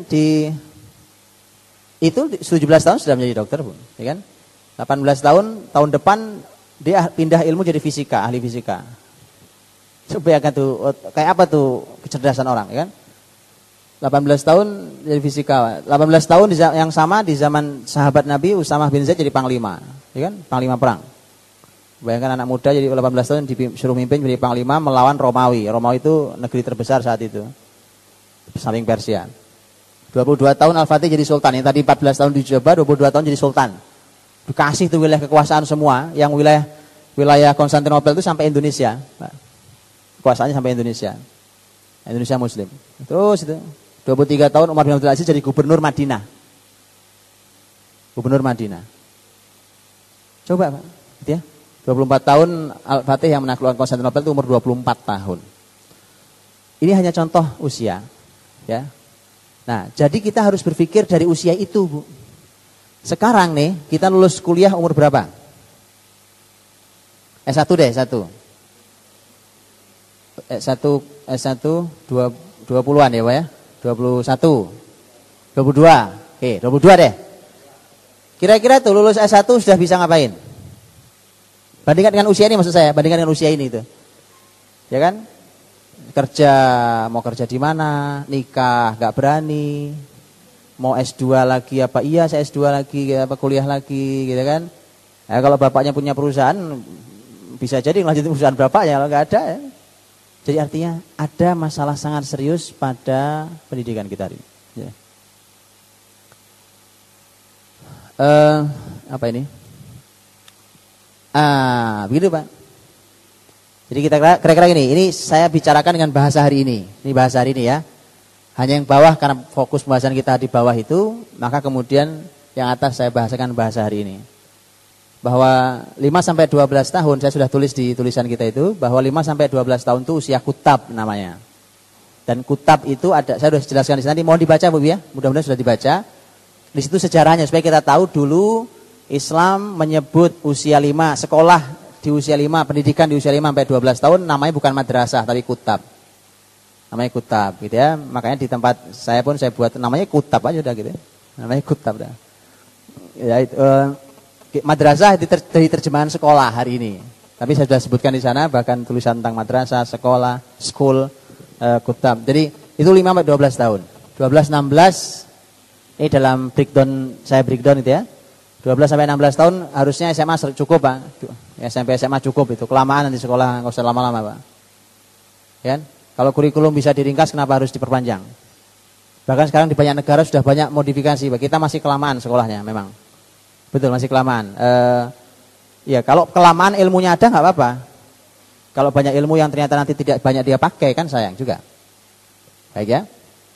itu 17 tahun sudah menjadi dokter pun, ya kan? 18 tahun depan dia pindah ilmu jadi fisika, ahli fisika. Supaya kan tuh kayak apa tuh kecerdasan orang, ya kan? 18 tahun jadi fisika. 18 tahun yang sama di zaman sahabat Nabi Usamah bin Zaid jadi panglima, ya kan? Panglima perang. Bayangkan anak muda jadi 18 tahun disuruh mimpin jadi panglima melawan Romawi. Romawi itu negeri terbesar saat itu. Samping Persia. 22 tahun Al-Fatih jadi sultan. Yang tadi 14 tahun dicoba, 22 tahun jadi sultan. Dikasih tuh wilayah kekuasaan semua, yang wilayah Konstantinopel itu sampai Indonesia. Kekuasaannya sampai Indonesia. Indonesia Muslim. Terus itu 23 tahun Umar bin Abdul Aziz jadi gubernur Madinah. Gubernur Madinah. Coba Pak, gitu ya. 24 tahun Al-Fatih yang menaklukkan Konstantinopel itu umur 24 tahun. Ini hanya contoh usia, ya. Nah, jadi kita harus berpikir dari usia itu, Bu. Sekarang nih, kita lulus kuliah umur berapa? S1 deh, S1 20-an ya Pak ya? 21, 22, oke 22 deh. Kira-kira tuh lulus S1 sudah bisa ngapain? Bandingkan dengan usia ini maksud saya, bandingkan dengan usia ini tuh. Ya kan? Mau kerja di mana? Nikah gak berani. Mau S2 lagi apa? Iya saya S2 lagi, apa kuliah lagi gitu kan. Nah, kalau bapaknya punya perusahaan bisa jadi ngelanjutin perusahaan bapaknya, kalau gak ada ya. Jadi artinya ada masalah sangat serius pada pendidikan kita hari ini. Ya. Apa ini? Begitu Pak. Jadi kita kira-kira gini, ini saya bicarakan dengan bahasa hari ini. Ini bahasa hari ini ya. Hanya yang bawah karena fokus pembahasan kita di bawah itu, maka kemudian yang atas saya bahasakan bahasa hari ini. Bahwa 5-12 tahun, saya sudah tulis di tulisan kita itu, bahwa 5-12 tahun itu usia kutab namanya. Dan kutab itu ada, saya sudah jelaskan di sana, mohon dibaca Bu ya, mudah-mudahan sudah dibaca. Di situ sejarahnya, supaya kita tahu dulu Islam menyebut usia 5, sekolah di usia 5, pendidikan di usia 5-12 tahun, namanya bukan madrasah, tapi kutab. Namanya kutab gitu ya. Makanya di tempat saya pun saya buat namanya kutab aja udah gitu. Namanya kutab dah. Ya itu madrasah dari terjemahan sekolah hari ini. Tapi saya sudah sebutkan di sana bahkan tulisan tentang madrasah, sekolah, school, kutab. Jadi itu 5 sampai 12 tahun. 12 16 ini dalam breakdown itu ya. 12 sampai 16 tahun harusnya SMA cukup, Pak. SMP SMA cukup itu. Kelamaan nanti sekolah enggak usah lama-lama, Pak. Ya. Kalau kurikulum bisa diringkas kenapa harus diperpanjang? Bahkan sekarang di banyak negara sudah banyak modifikasi, Pak. Kita masih kelamaan sekolahnya memang. Betul, masih kelamaan. Ya, kalau kelamaan ilmunya ada enggak apa-apa. Kalau banyak ilmu yang ternyata nanti tidak banyak dia pakai kan sayang juga. Baik ya.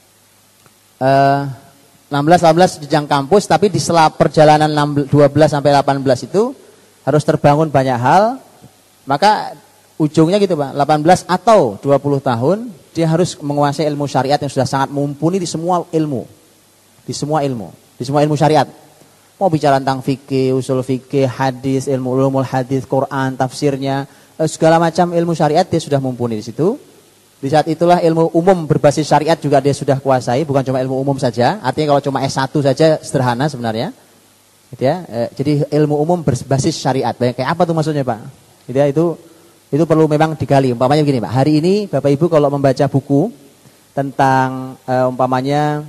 16 jenjang kampus, tapi di sela perjalanan 12 sampai 18 itu harus terbangun banyak hal. Maka ujungnya gitu, Pak, 18 atau 20 tahun dia harus menguasai ilmu syariat yang sudah sangat mumpuni di semua ilmu. Di semua ilmu syariat. Mau bicara tentang fikih, usul fikih, hadis, ilmu ulumul hadis, Quran, tafsirnya, segala macam ilmu syariat dia sudah mumpuni di situ. Di saat itulah ilmu umum berbasis syariat juga dia sudah kuasai, bukan cuma ilmu umum saja. Artinya kalau cuma S1 saja sederhana sebenarnya. Gitu ya. Jadi ilmu umum berbasis syariat. Kayak apa tuh maksudnya, Pak? Gitu ya, itu perlu memang digali. Umpamanya begini, Pak. Hari ini Bapak Ibu kalau membaca buku tentang umpamanya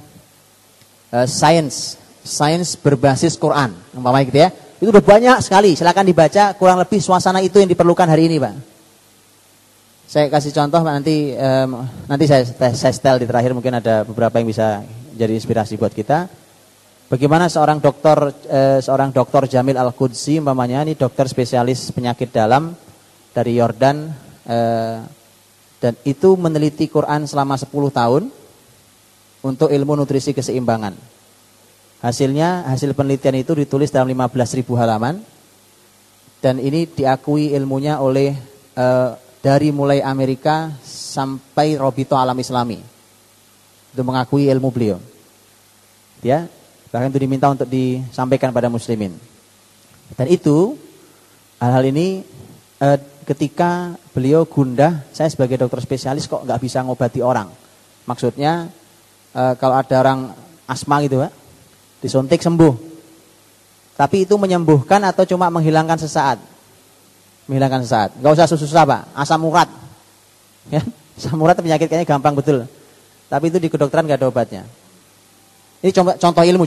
sains berbasis Quran, umpamanya gitu ya. Itu udah banyak sekali. Silakan dibaca, kurang lebih suasana itu yang diperlukan hari ini, Pak. Saya kasih contoh nanti saya setel di terakhir, mungkin ada beberapa yang bisa jadi inspirasi buat kita. Bagaimana seorang dokter Jamil Al-Qudsi umpamanya, ini dokter spesialis penyakit dalam dari Yordan, dan itu meneliti Quran selama 10 tahun untuk ilmu nutrisi keseimbangan. Hasil penelitian itu ditulis dalam 15.000 halaman, dan ini diakui ilmunya oleh dari mulai Amerika sampai Robito Alam Islami. Itu mengakui ilmu beliau. Ya, bahkan itu diminta untuk disampaikan pada muslimin. Dan itu hal-hal ini ketika beliau gundah, saya sebagai dokter spesialis kok nggak bisa ngobati orang. Maksudnya kalau ada orang asma gitu, Pak, disuntik sembuh. Tapi itu menyembuhkan atau cuma menghilangkan sesaat? Menghilangkan sesaat. Enggak usah susah-susah, Pak. Asam urat. Ya, asam urat penyakit kayaknya gampang betul. Tapi itu di kedokteran enggak ada obatnya. Ini contoh ilmu.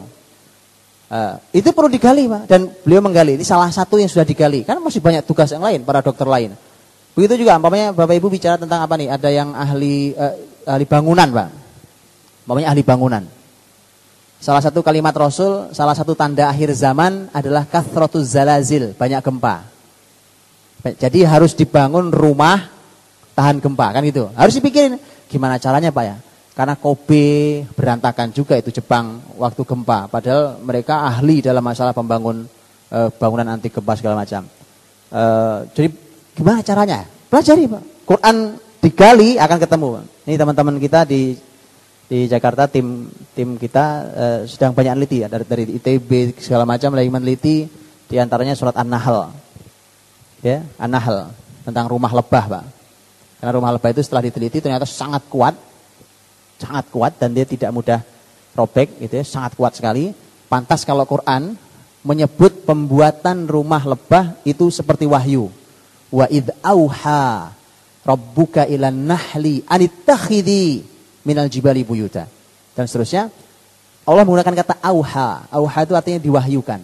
Itu perlu digali, Pak. Dan beliau menggali. Ini salah satu yang sudah digali. Kan masih banyak tugas yang lain para dokter lain. Begitu juga umpamanya Bapak Ibu bicara tentang apa nih? Ada yang ahli bangunan, Pak. Umpamanya ahli bangunan. Salah satu kalimat Rasul, salah satu tanda akhir zaman adalah kathratuz zalazil, banyak gempa. Jadi harus dibangun rumah tahan gempa, kan gitu. Harus dipikirin gimana caranya, Pak ya. Karena Kobe berantakan juga itu Jepang waktu gempa. Padahal mereka ahli dalam masalah bangunan anti gempa segala macam. Jadi gimana caranya? Pelajari, Pak. Quran digali akan ketemu. Ini teman-teman kita di Jakarta, tim kita sedang banyak meneliti ya, dari ITB segala macam lagi meneliti, di antaranya surat An-Nahl. Ya, An-Nahl tentang rumah lebah, Pak. Karena rumah lebah itu setelah diteliti ternyata sangat kuat dan dia tidak mudah robek, gitu ya, sangat kuat sekali. Pantas kalau Quran menyebut pembuatan rumah lebah itu seperti wahyu. Wa id auha rabbuka ilan nahli anittakhidhi minal jibali buyuta. Dan seterusnya. Allah menggunakan kata auha. Auha itu artinya diwahyukan.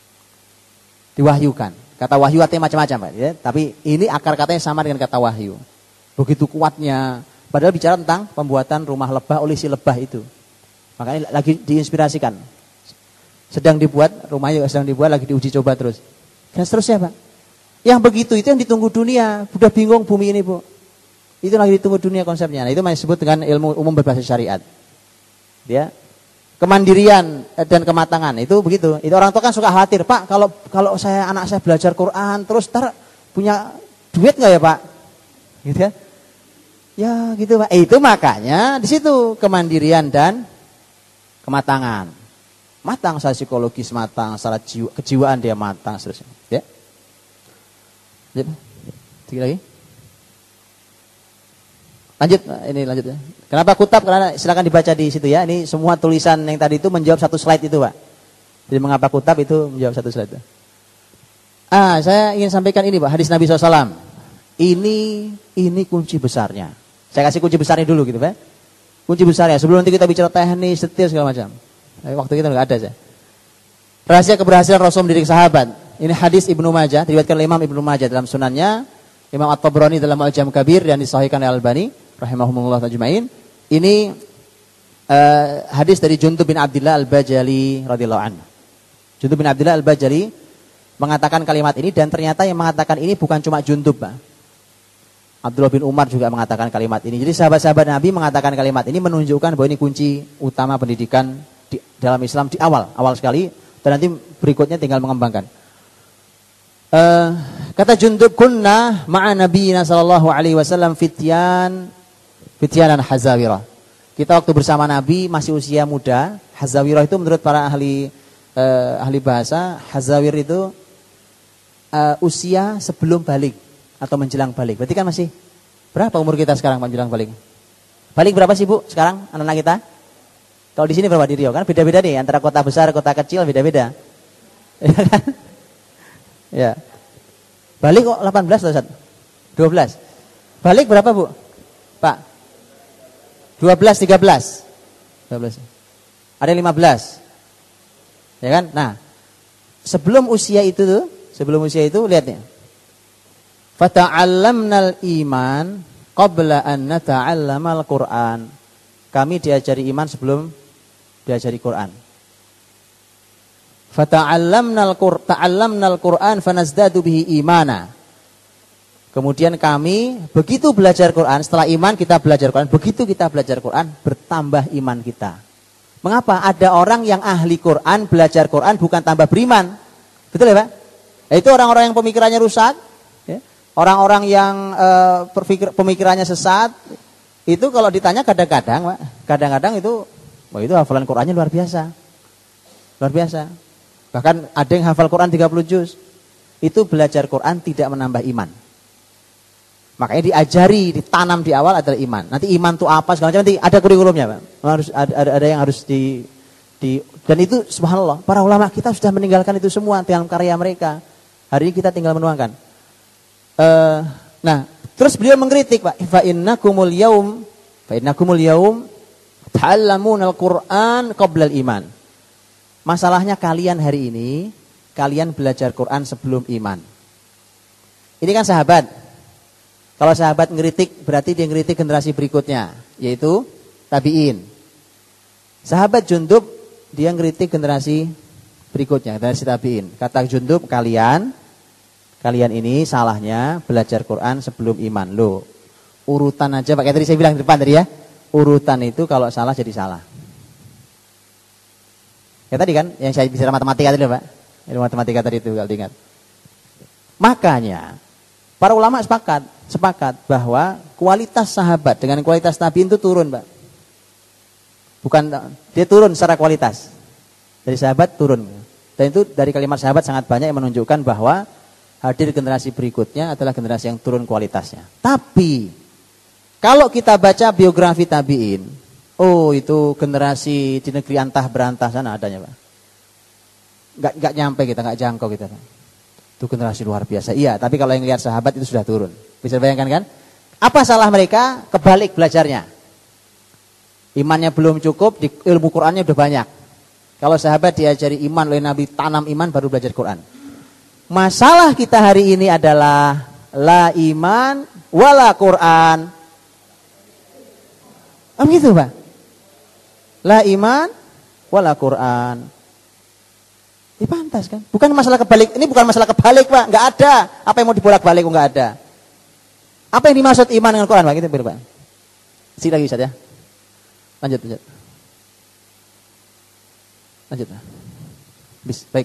Kata wahyu artinya macam-macam, Pak, ya. Tapi ini akar katanya sama dengan kata wahyu. Begitu kuatnya. Padahal bicara tentang pembuatan rumah lebah oleh si lebah itu. Makanya lagi diinspirasikan. Sedang dibuat, rumahnya sedang dibuat, lagi diuji coba terus. Dan seterusnya, Pak. Yang begitu itu yang ditunggu dunia. Udah bingung bumi ini, Bu. Itu lagi ditunggu dunia konsepnya. Nah, itu masih disebut dengan ilmu umum berbasis syariat. Ya. Kemandirian dan kematangan itu begitu. Itu orang tua kan suka khawatir, Pak, kalau anak saya belajar Quran terus ntar punya duit nggak ya, Pak? Gitu ya. Ya gitu, Pak. Itu makanya di situ kemandirian dan kematangan. Matang secara psikologis, matang secara kejiwaan dia matang seterusnya. Ya. Sedikit lagi. Lanjut, ini lanjut ya. Kenapa kutab? Karena silakan dibaca di situ ya. Ini semua tulisan yang tadi itu menjawab satu slide itu, Pak. Jadi mengapa kutab itu menjawab satu slide itu. Saya ingin sampaikan ini, Pak, hadis Nabi SAW. Ini kunci besarnya. Saya kasih kunci besarnya dulu gitu, Pak. Kunci besarnya. Sebelum nanti kita bicara teknis, detail segala macam. Waktu kita nggak ada saya. Rahasia keberhasilan Rasul mendidik sahabat. Ini hadis Ibnu Majah, diriwayatkan oleh Imam Ibnu Majah dalam sunannya, Imam At-Tabrani dalam Al-Jam Kabir dan disahihkan oleh Al-Albani rahimahumullah tajma'in. Ini hadis dari Jundub bin Abdillah Al-Bajali radhiyallahu anhu. Jundub bin Abdillah Al-Bajali mengatakan kalimat ini, dan ternyata yang mengatakan ini bukan cuma Jundub, Pak. Abdullah bin Umar juga mengatakan kalimat ini. Jadi sahabat-sahabat Nabi mengatakan kalimat ini menunjukkan bahwa ini kunci utama pendidikan dalam Islam di awal sekali, dan nanti berikutnya tinggal mengembangkan. Kata Jundub, kunna ma'a nabiyina sallallahu alaihi wasallam fityanan hazawirah. Kita waktu bersama Nabi masih usia muda. Hazawirah itu menurut para ahli bahasa, hazawir itu usia sebelum balik atau menjelang balik. Berarti kan masih berapa umur kita sekarang menjelang balik? Balik berapa sih, Bu, sekarang anak-anak kita? Kalau di sini berapa di Riau? Kan beda-beda nih, antara kota besar, kota kecil beda-beda. Ya kan? Ya. Balik kok 18 atau 12? Balik berapa, Bu? Pak? 12, 13. 12. Ada 15. Ya kan? Nah, sebelum usia itu lihat nih. Fata'allamnal iman qabla an nata'allamal Qur'an. Kami diajari iman sebelum diajari Quran. Fata'allamnal Qur'an fanazdadu bihi imana. Kemudian kami begitu belajar Quran, setelah iman kita belajar Quran, begitu kita belajar Quran bertambah iman kita. Mengapa? Ada orang yang ahli Quran, belajar Quran bukan tambah beriman. Betul ya, Pak? Itu orang-orang yang pemikirannya rusak, ya. Orang-orang yang pemikirannya sesat. Itu kalau ditanya kadang-kadang itu, itu hafalan Qurannya luar biasa. Luar biasa. Bahkan ada yang hafal Quran 30 juz. Itu belajar Quran tidak menambah iman. Makanya diajari, ditanam di awal adalah iman. Nanti iman itu apa segala macam, nanti ada kurikulumnya, Pak. Ada yang harus dan itu subhanallah, para ulama kita sudah meninggalkan itu semua dalam karya mereka. Hari ini kita tinggal menuangkan. Nah, terus beliau mengkritik, Pak, fa innakumul yaum ta'allamunal Qur'an qabla al-iman. Masalahnya kalian hari ini, kalian belajar Quran sebelum iman. Ini kan sahabat. Kalau sahabat ngeritik, berarti dia ngeritik generasi berikutnya, yaitu tabi'in. Sahabat Jundub, dia ngeritik generasi berikutnya, generasi tabi'in. Kata Jundub, kalian ini salahnya belajar Quran sebelum iman. Loh, urutan aja, Pak, kayak tadi saya bilang di depan tadi ya. Urutan itu kalau salah jadi salah. Ya tadi kan, yang saya bicara matematika tadi, Pak. Ilmu matematika tadi itu kalau diingat. Makanya para ulama sepakat bahwa kualitas sahabat dengan kualitas tabi'in itu turun, Pak. Bukan, dia turun secara kualitas. Dari sahabat turun. Dan itu dari kalimat sahabat sangat banyak yang menunjukkan bahwa hadir generasi berikutnya adalah generasi yang turun kualitasnya. Tapi kalau kita baca biografi tabi'in, itu generasi di negeri antah berantah sana adanya, Pak. Enggak nyampe kita, enggak jangkau kita, Pak. Itu generasi luar biasa. Iya, tapi kalau yang lihat sahabat itu sudah turun. Bisa bayangkan kan? Apa salah mereka? Kebalik belajarnya. Imannya belum cukup, di ilmu Qur'annya udah banyak. Kalau sahabat diajari iman oleh Nabi, tanam iman baru belajar Qur'an. Masalah kita hari ini adalah la iman wala Qur'an. Gitu, Pak. La iman wala Qur'an. Dipantas kan? Bukan masalah kebalik. Ini bukan masalah kebalik, Pak. Enggak ada. Apa yang mau dibolak-balik enggak ada. Apa yang dimaksud iman dengan Quran, Pak? Gitu, Pak. Sini lagi Ustaz ya. Lanjut. Lanjut. Baik.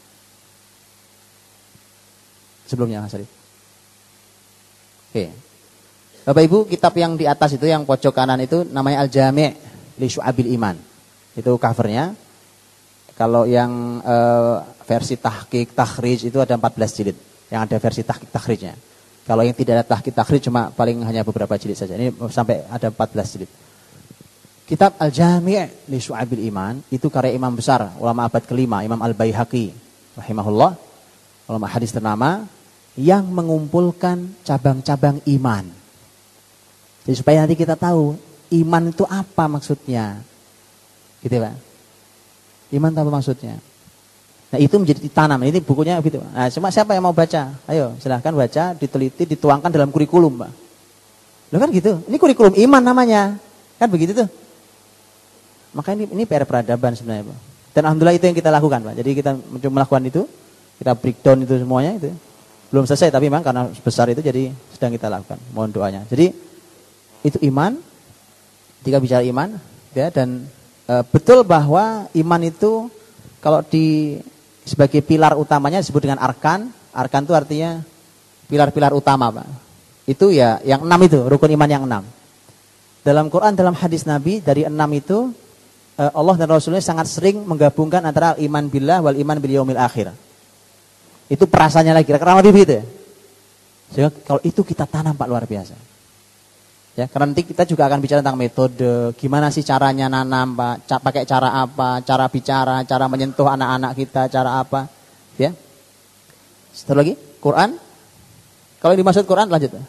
Sebelumnya Mas Arif. Oke. Bapak Ibu, kitab yang di atas itu, yang pojok kanan itu namanya Al-Jami' li Syu'abil Iman. Itu covernya. Kalau yang versi tahqiq, takhrij itu ada 14 jilid. Yang ada versi tahqiq, takhrijnya. Kalau yang tidak ada tahqiq takhrij cuma paling hanya beberapa jilid saja. Ini sampai ada 14 jilid. Kitab Al-Jami' li Syu'abil Iman itu karya imam besar ulama abad kelima Imam Al-Baihaqi rahimahullah, ulama hadis ternama yang mengumpulkan cabang-cabang iman. Jadi supaya nanti kita tahu iman itu apa maksudnya. Gitu Pak. Iman itu apa maksudnya? Nah itu menjadi ditanam. Ini bukunya gitu. Nah cuma siapa yang mau baca? Ayo silahkan baca, diteliti, dituangkan dalam kurikulum Pak. Loh kan gitu. Ini kurikulum iman namanya. Kan begitu tuh. Maka ini PR peradaban sebenarnya Pak. Dan alhamdulillah itu yang kita lakukan Pak. Jadi kita mencoba melakukan itu. Kita breakdown itu semuanya itu. Belum selesai tapi memang karena besar itu jadi sedang kita lakukan. Mohon doanya. Jadi itu iman. Ketika bicara iman ya, dan betul bahwa iman itu kalau sebagai pilar utamanya disebut dengan arkan. Arkan itu artinya pilar-pilar utama Pak. Itu ya yang 6 itu, rukun iman yang 6. Dalam Quran, dalam hadis Nabi dari 6 itu Allah dan Rasulnya sangat sering menggabungkan antara iman billah wal iman bil yaumil akhir. Itu perasaannya lagi, kira-kira lebih gitu. Sehingga kalau itu kita tanam Pak luar biasa. Ya, karena nanti kita juga akan bicara tentang metode, gimana sih caranya nanam Pak, pakai cara apa, cara bicara, cara menyentuh anak-anak kita, cara apa, ya. Setelah lagi, Quran. Kalau yang dimaksud Quran lanjut.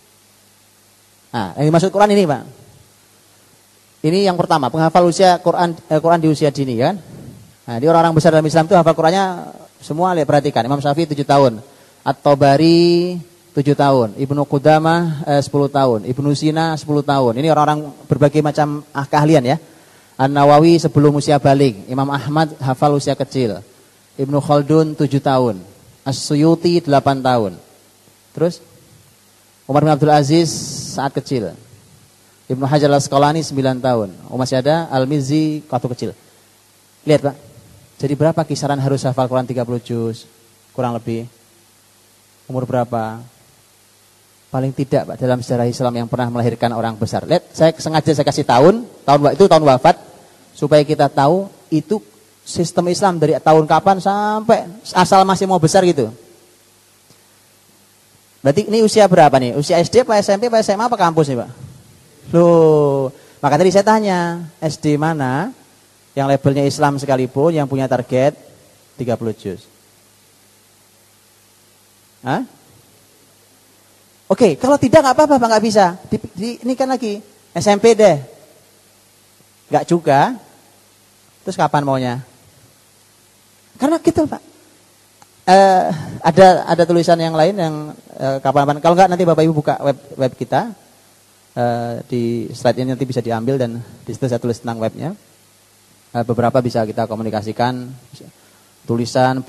Nah, yang dimaksud Quran ini Pak. Ini yang pertama, penghafal usia Quran di usia dini kan. Nah, di orang-orang besar dalam Islam itu hafal Qurannya semua lihat perhatikan. Imam Syafi'i 7 tahun, At-Tabari 7 tahun, Ibnu Qudamah 10 tahun, Ibnu Sina 10 tahun. Ini orang-orang berbagai macam keahlian ya. An-Nawawi sebelum usia balik, Imam Ahmad hafal usia kecil, Ibnu Khaldun 7 tahun, As-Suyuti 8 tahun. Terus Umar bin Abdul Aziz saat kecil, Ibnu Hajar Al-Asqalani 9 tahun, masih ada Al-Mizzi waktu kecil. Lihat Pak, jadi berapa kisaran harus hafal Quran 30 juz, kurang lebih? Umur berapa? Paling tidak Pak dalam sejarah Islam yang pernah melahirkan orang besar. Lihat, saya sengaja kasih tahun itu tahun wafat supaya kita tahu itu sistem Islam dari tahun kapan sampai asal masih mau besar gitu. Berarti ini usia berapa nih? Usia SD apa SMP apa SMA apa kampus nih Pak? Loh, maka tadi saya tanya, SD mana yang labelnya Islam sekalipun yang punya target 30 juz? Hah? Oke, kalau tidak nggak apa-apa, nggak bisa. Ini kan lagi SMP deh, nggak juga. Terus kapan maunya? Karena gitu Pak. Ada tulisan yang lain yang kapan-kapan. Kalau nggak nanti Bapak Ibu buka web kita. Di slide ini nanti bisa diambil dan di situ saya tulis tentang webnya. Beberapa bisa kita komunikasikan. Tulisan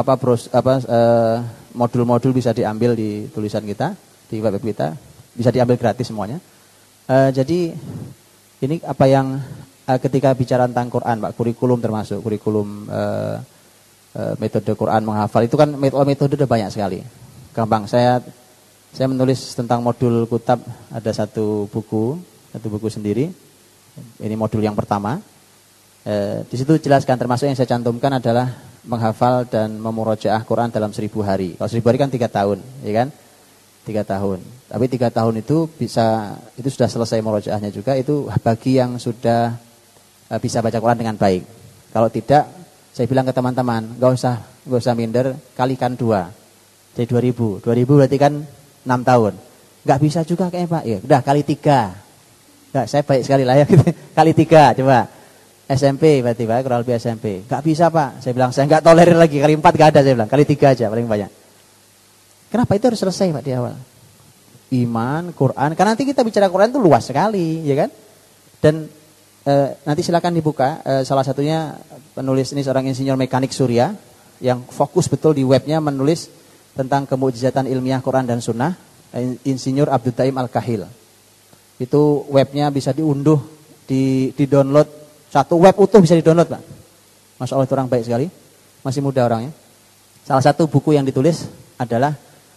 modul-modul bisa diambil di tulisan kita. Di web kita bisa diambil gratis semuanya. Jadi ini apa yang ketika bicara tentang Quran Pak, kurikulum termasuk kurikulum metode Quran menghafal itu kan metode udah banyak sekali. Gampang, saya menulis tentang modul kutab ada satu buku sendiri. Ini modul yang pertama. Di situ jelaskan termasuk yang saya cantumkan adalah menghafal dan memurojaah Quran dalam 1000 hari. Kalau 1000 hari kan 3 tahun, ya kan? 3 tahun. Tapi 3 tahun itu itu sudah selesai murojaahnya juga, itu bagi yang sudah bisa baca Quran dengan baik. Kalau tidak, saya bilang ke teman-teman, enggak usah minder, kalikan 2. Jadi 2000 berarti kan 6 tahun. Enggak bisa juga kayaknya Pak. Ya, udah kali 3. Enggak, saya baik sekali lah ya gitu. Kali 3 coba. SMP berarti Pak, kurang lebih SMP. Enggak bisa Pak. Saya bilang saya enggak tolerir lagi, kali 4 enggak ada saya bilang. Kali 3 aja paling banyak. Kenapa itu harus selesai Pak di awal? Iman, Quran. Karena nanti kita bicara Quran itu luas sekali, ya kan? Dan nanti silakan dibuka. Salah satunya penulis ini seorang insinyur mekanik Surya yang fokus betul di webnya menulis tentang kemukjizatan ilmiah Quran dan Sunnah. Insinyur Abdul Taim Al-Kahil. Itu webnya bisa diunduh, di-download. Satu web utuh bisa di-download Pak. Masya Allah itu orang baik sekali. Masih muda orangnya. Salah satu buku yang ditulis adalah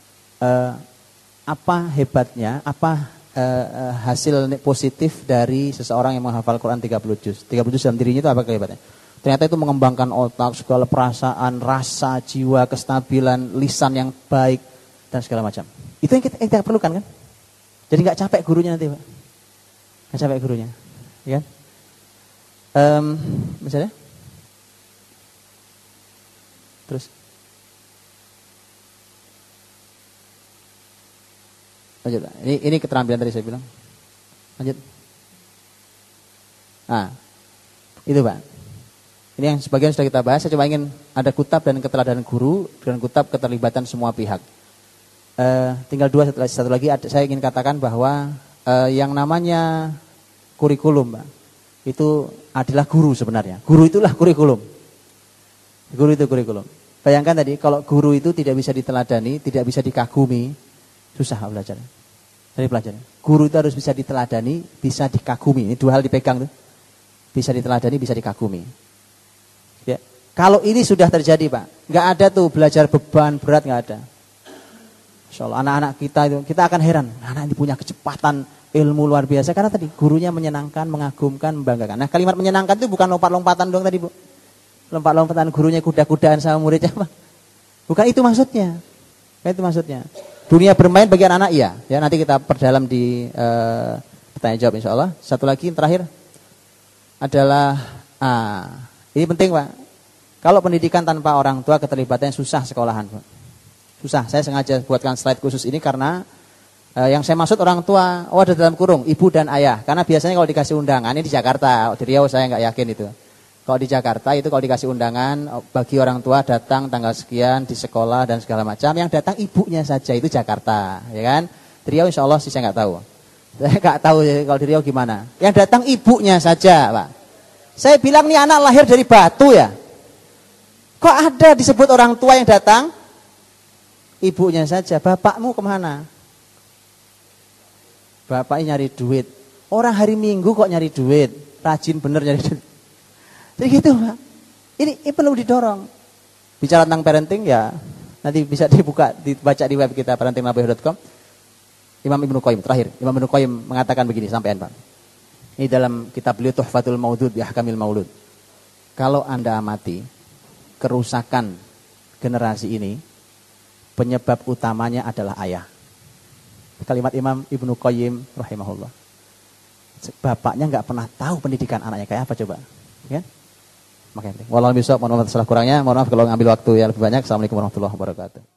apa hebatnya, hasil positif dari seseorang yang menghafal Quran 30 juz. 30 juz dalam dirinya itu apa kehebatannya? Ternyata itu mengembangkan otak, segala perasaan, rasa, jiwa, kestabilan, lisan yang baik dan segala macam. Itu yang kita perlukan kan? Jadi nggak capek gurunya nanti, Pak. Nggak capek gurunya, ya kan? Misalnya, terus, lanjut. Ini keterampilan tadi saya bilang. Lanjut. Nah, itu Pak. Ini yang sebagian sudah kita bahas. Saya cuma ingin ada kutab dan keteladanan guru dan kutab keterlibatan semua pihak. Tinggal satu lagi saya ingin katakan bahwa yang namanya kurikulum, Pak, itu adalah guru sebenarnya. Guru itulah kurikulum. Guru itu kurikulum. Bayangkan tadi kalau guru itu tidak bisa diteladani, tidak bisa dikagumi, susah belajar. Dari pelajaran. Guru itu harus bisa diteladani, bisa dikagumi. Ini dua hal dipegang tuh. Bisa diteladani, bisa dikagumi. Ya. Kalau ini sudah terjadi, Pak, nggak ada tuh belajar beban berat, nggak ada. Insyaallah anak-anak kita itu kita akan heran, anak ini punya kecepatan ilmu luar biasa karena tadi gurunya menyenangkan, mengagumkan, membanggakan. Nah, kalimat menyenangkan itu bukan lompat-lompatan dong tadi, Bu. Lompat-lompatan gurunya kuda-kudaan sama muridnya, Pak. Bukan itu maksudnya. Bukan itu maksudnya. Dunia bermain bagi anak-anak iya. Ya, nanti kita perdalam di pertanyaan jawab insyaallah. Satu lagi terakhir adalah ini penting, Pak. Kalau pendidikan tanpa orang tua keterlibatannya susah sekolahan, Pak. Susah, saya sengaja buatkan slide khusus ini karena yang saya maksud orang tua, ada dalam kurung, ibu dan ayah. Karena biasanya kalau dikasih undangan, ini di Jakarta, di Riau saya nggak yakin itu. Kalau di Jakarta itu kalau dikasih undangan, bagi orang tua datang tanggal sekian di sekolah dan segala macam, yang datang ibunya saja, itu Jakarta, ya kan? Di Riau insya Allah sih saya nggak tahu. Saya nggak tahu kalau di Riau gimana. Yang datang ibunya saja, Pak. Saya bilang nih anak lahir dari batu ya. Kok ada disebut orang tua yang datang? Ibunya saja, bapakmu kemana? Bapaknya nyari duit. Orang hari Minggu kok nyari duit? Rajin bener nyari duit. Jadi gitu, Pak. Ini perlu didorong. Bicara tentang parenting ya, nanti bisa dibuka, dibaca di web kita parentingnabawi.com. Imam Ibnu Qayyim terakhir. Imam Ibnu Qayyim mengatakan begini, sampean, Pak. Ini dalam kitab beliau Tuhfatul Maudud bi Ahkamil Maulud. Kalau Anda amati kerusakan generasi ini, penyebab utamanya adalah ayah. Kalimat Imam Ibnu Qayyim rahimahullah. Bapaknya nggak pernah tahu pendidikan anaknya kayak apa coba, ya? Makanya, wallahualam bishawab, mohon maaf salah kurangnya, mohon maaf kalau ngambil waktu yang lebih banyak. Assalamualaikum warahmatullahi wabarakatuh.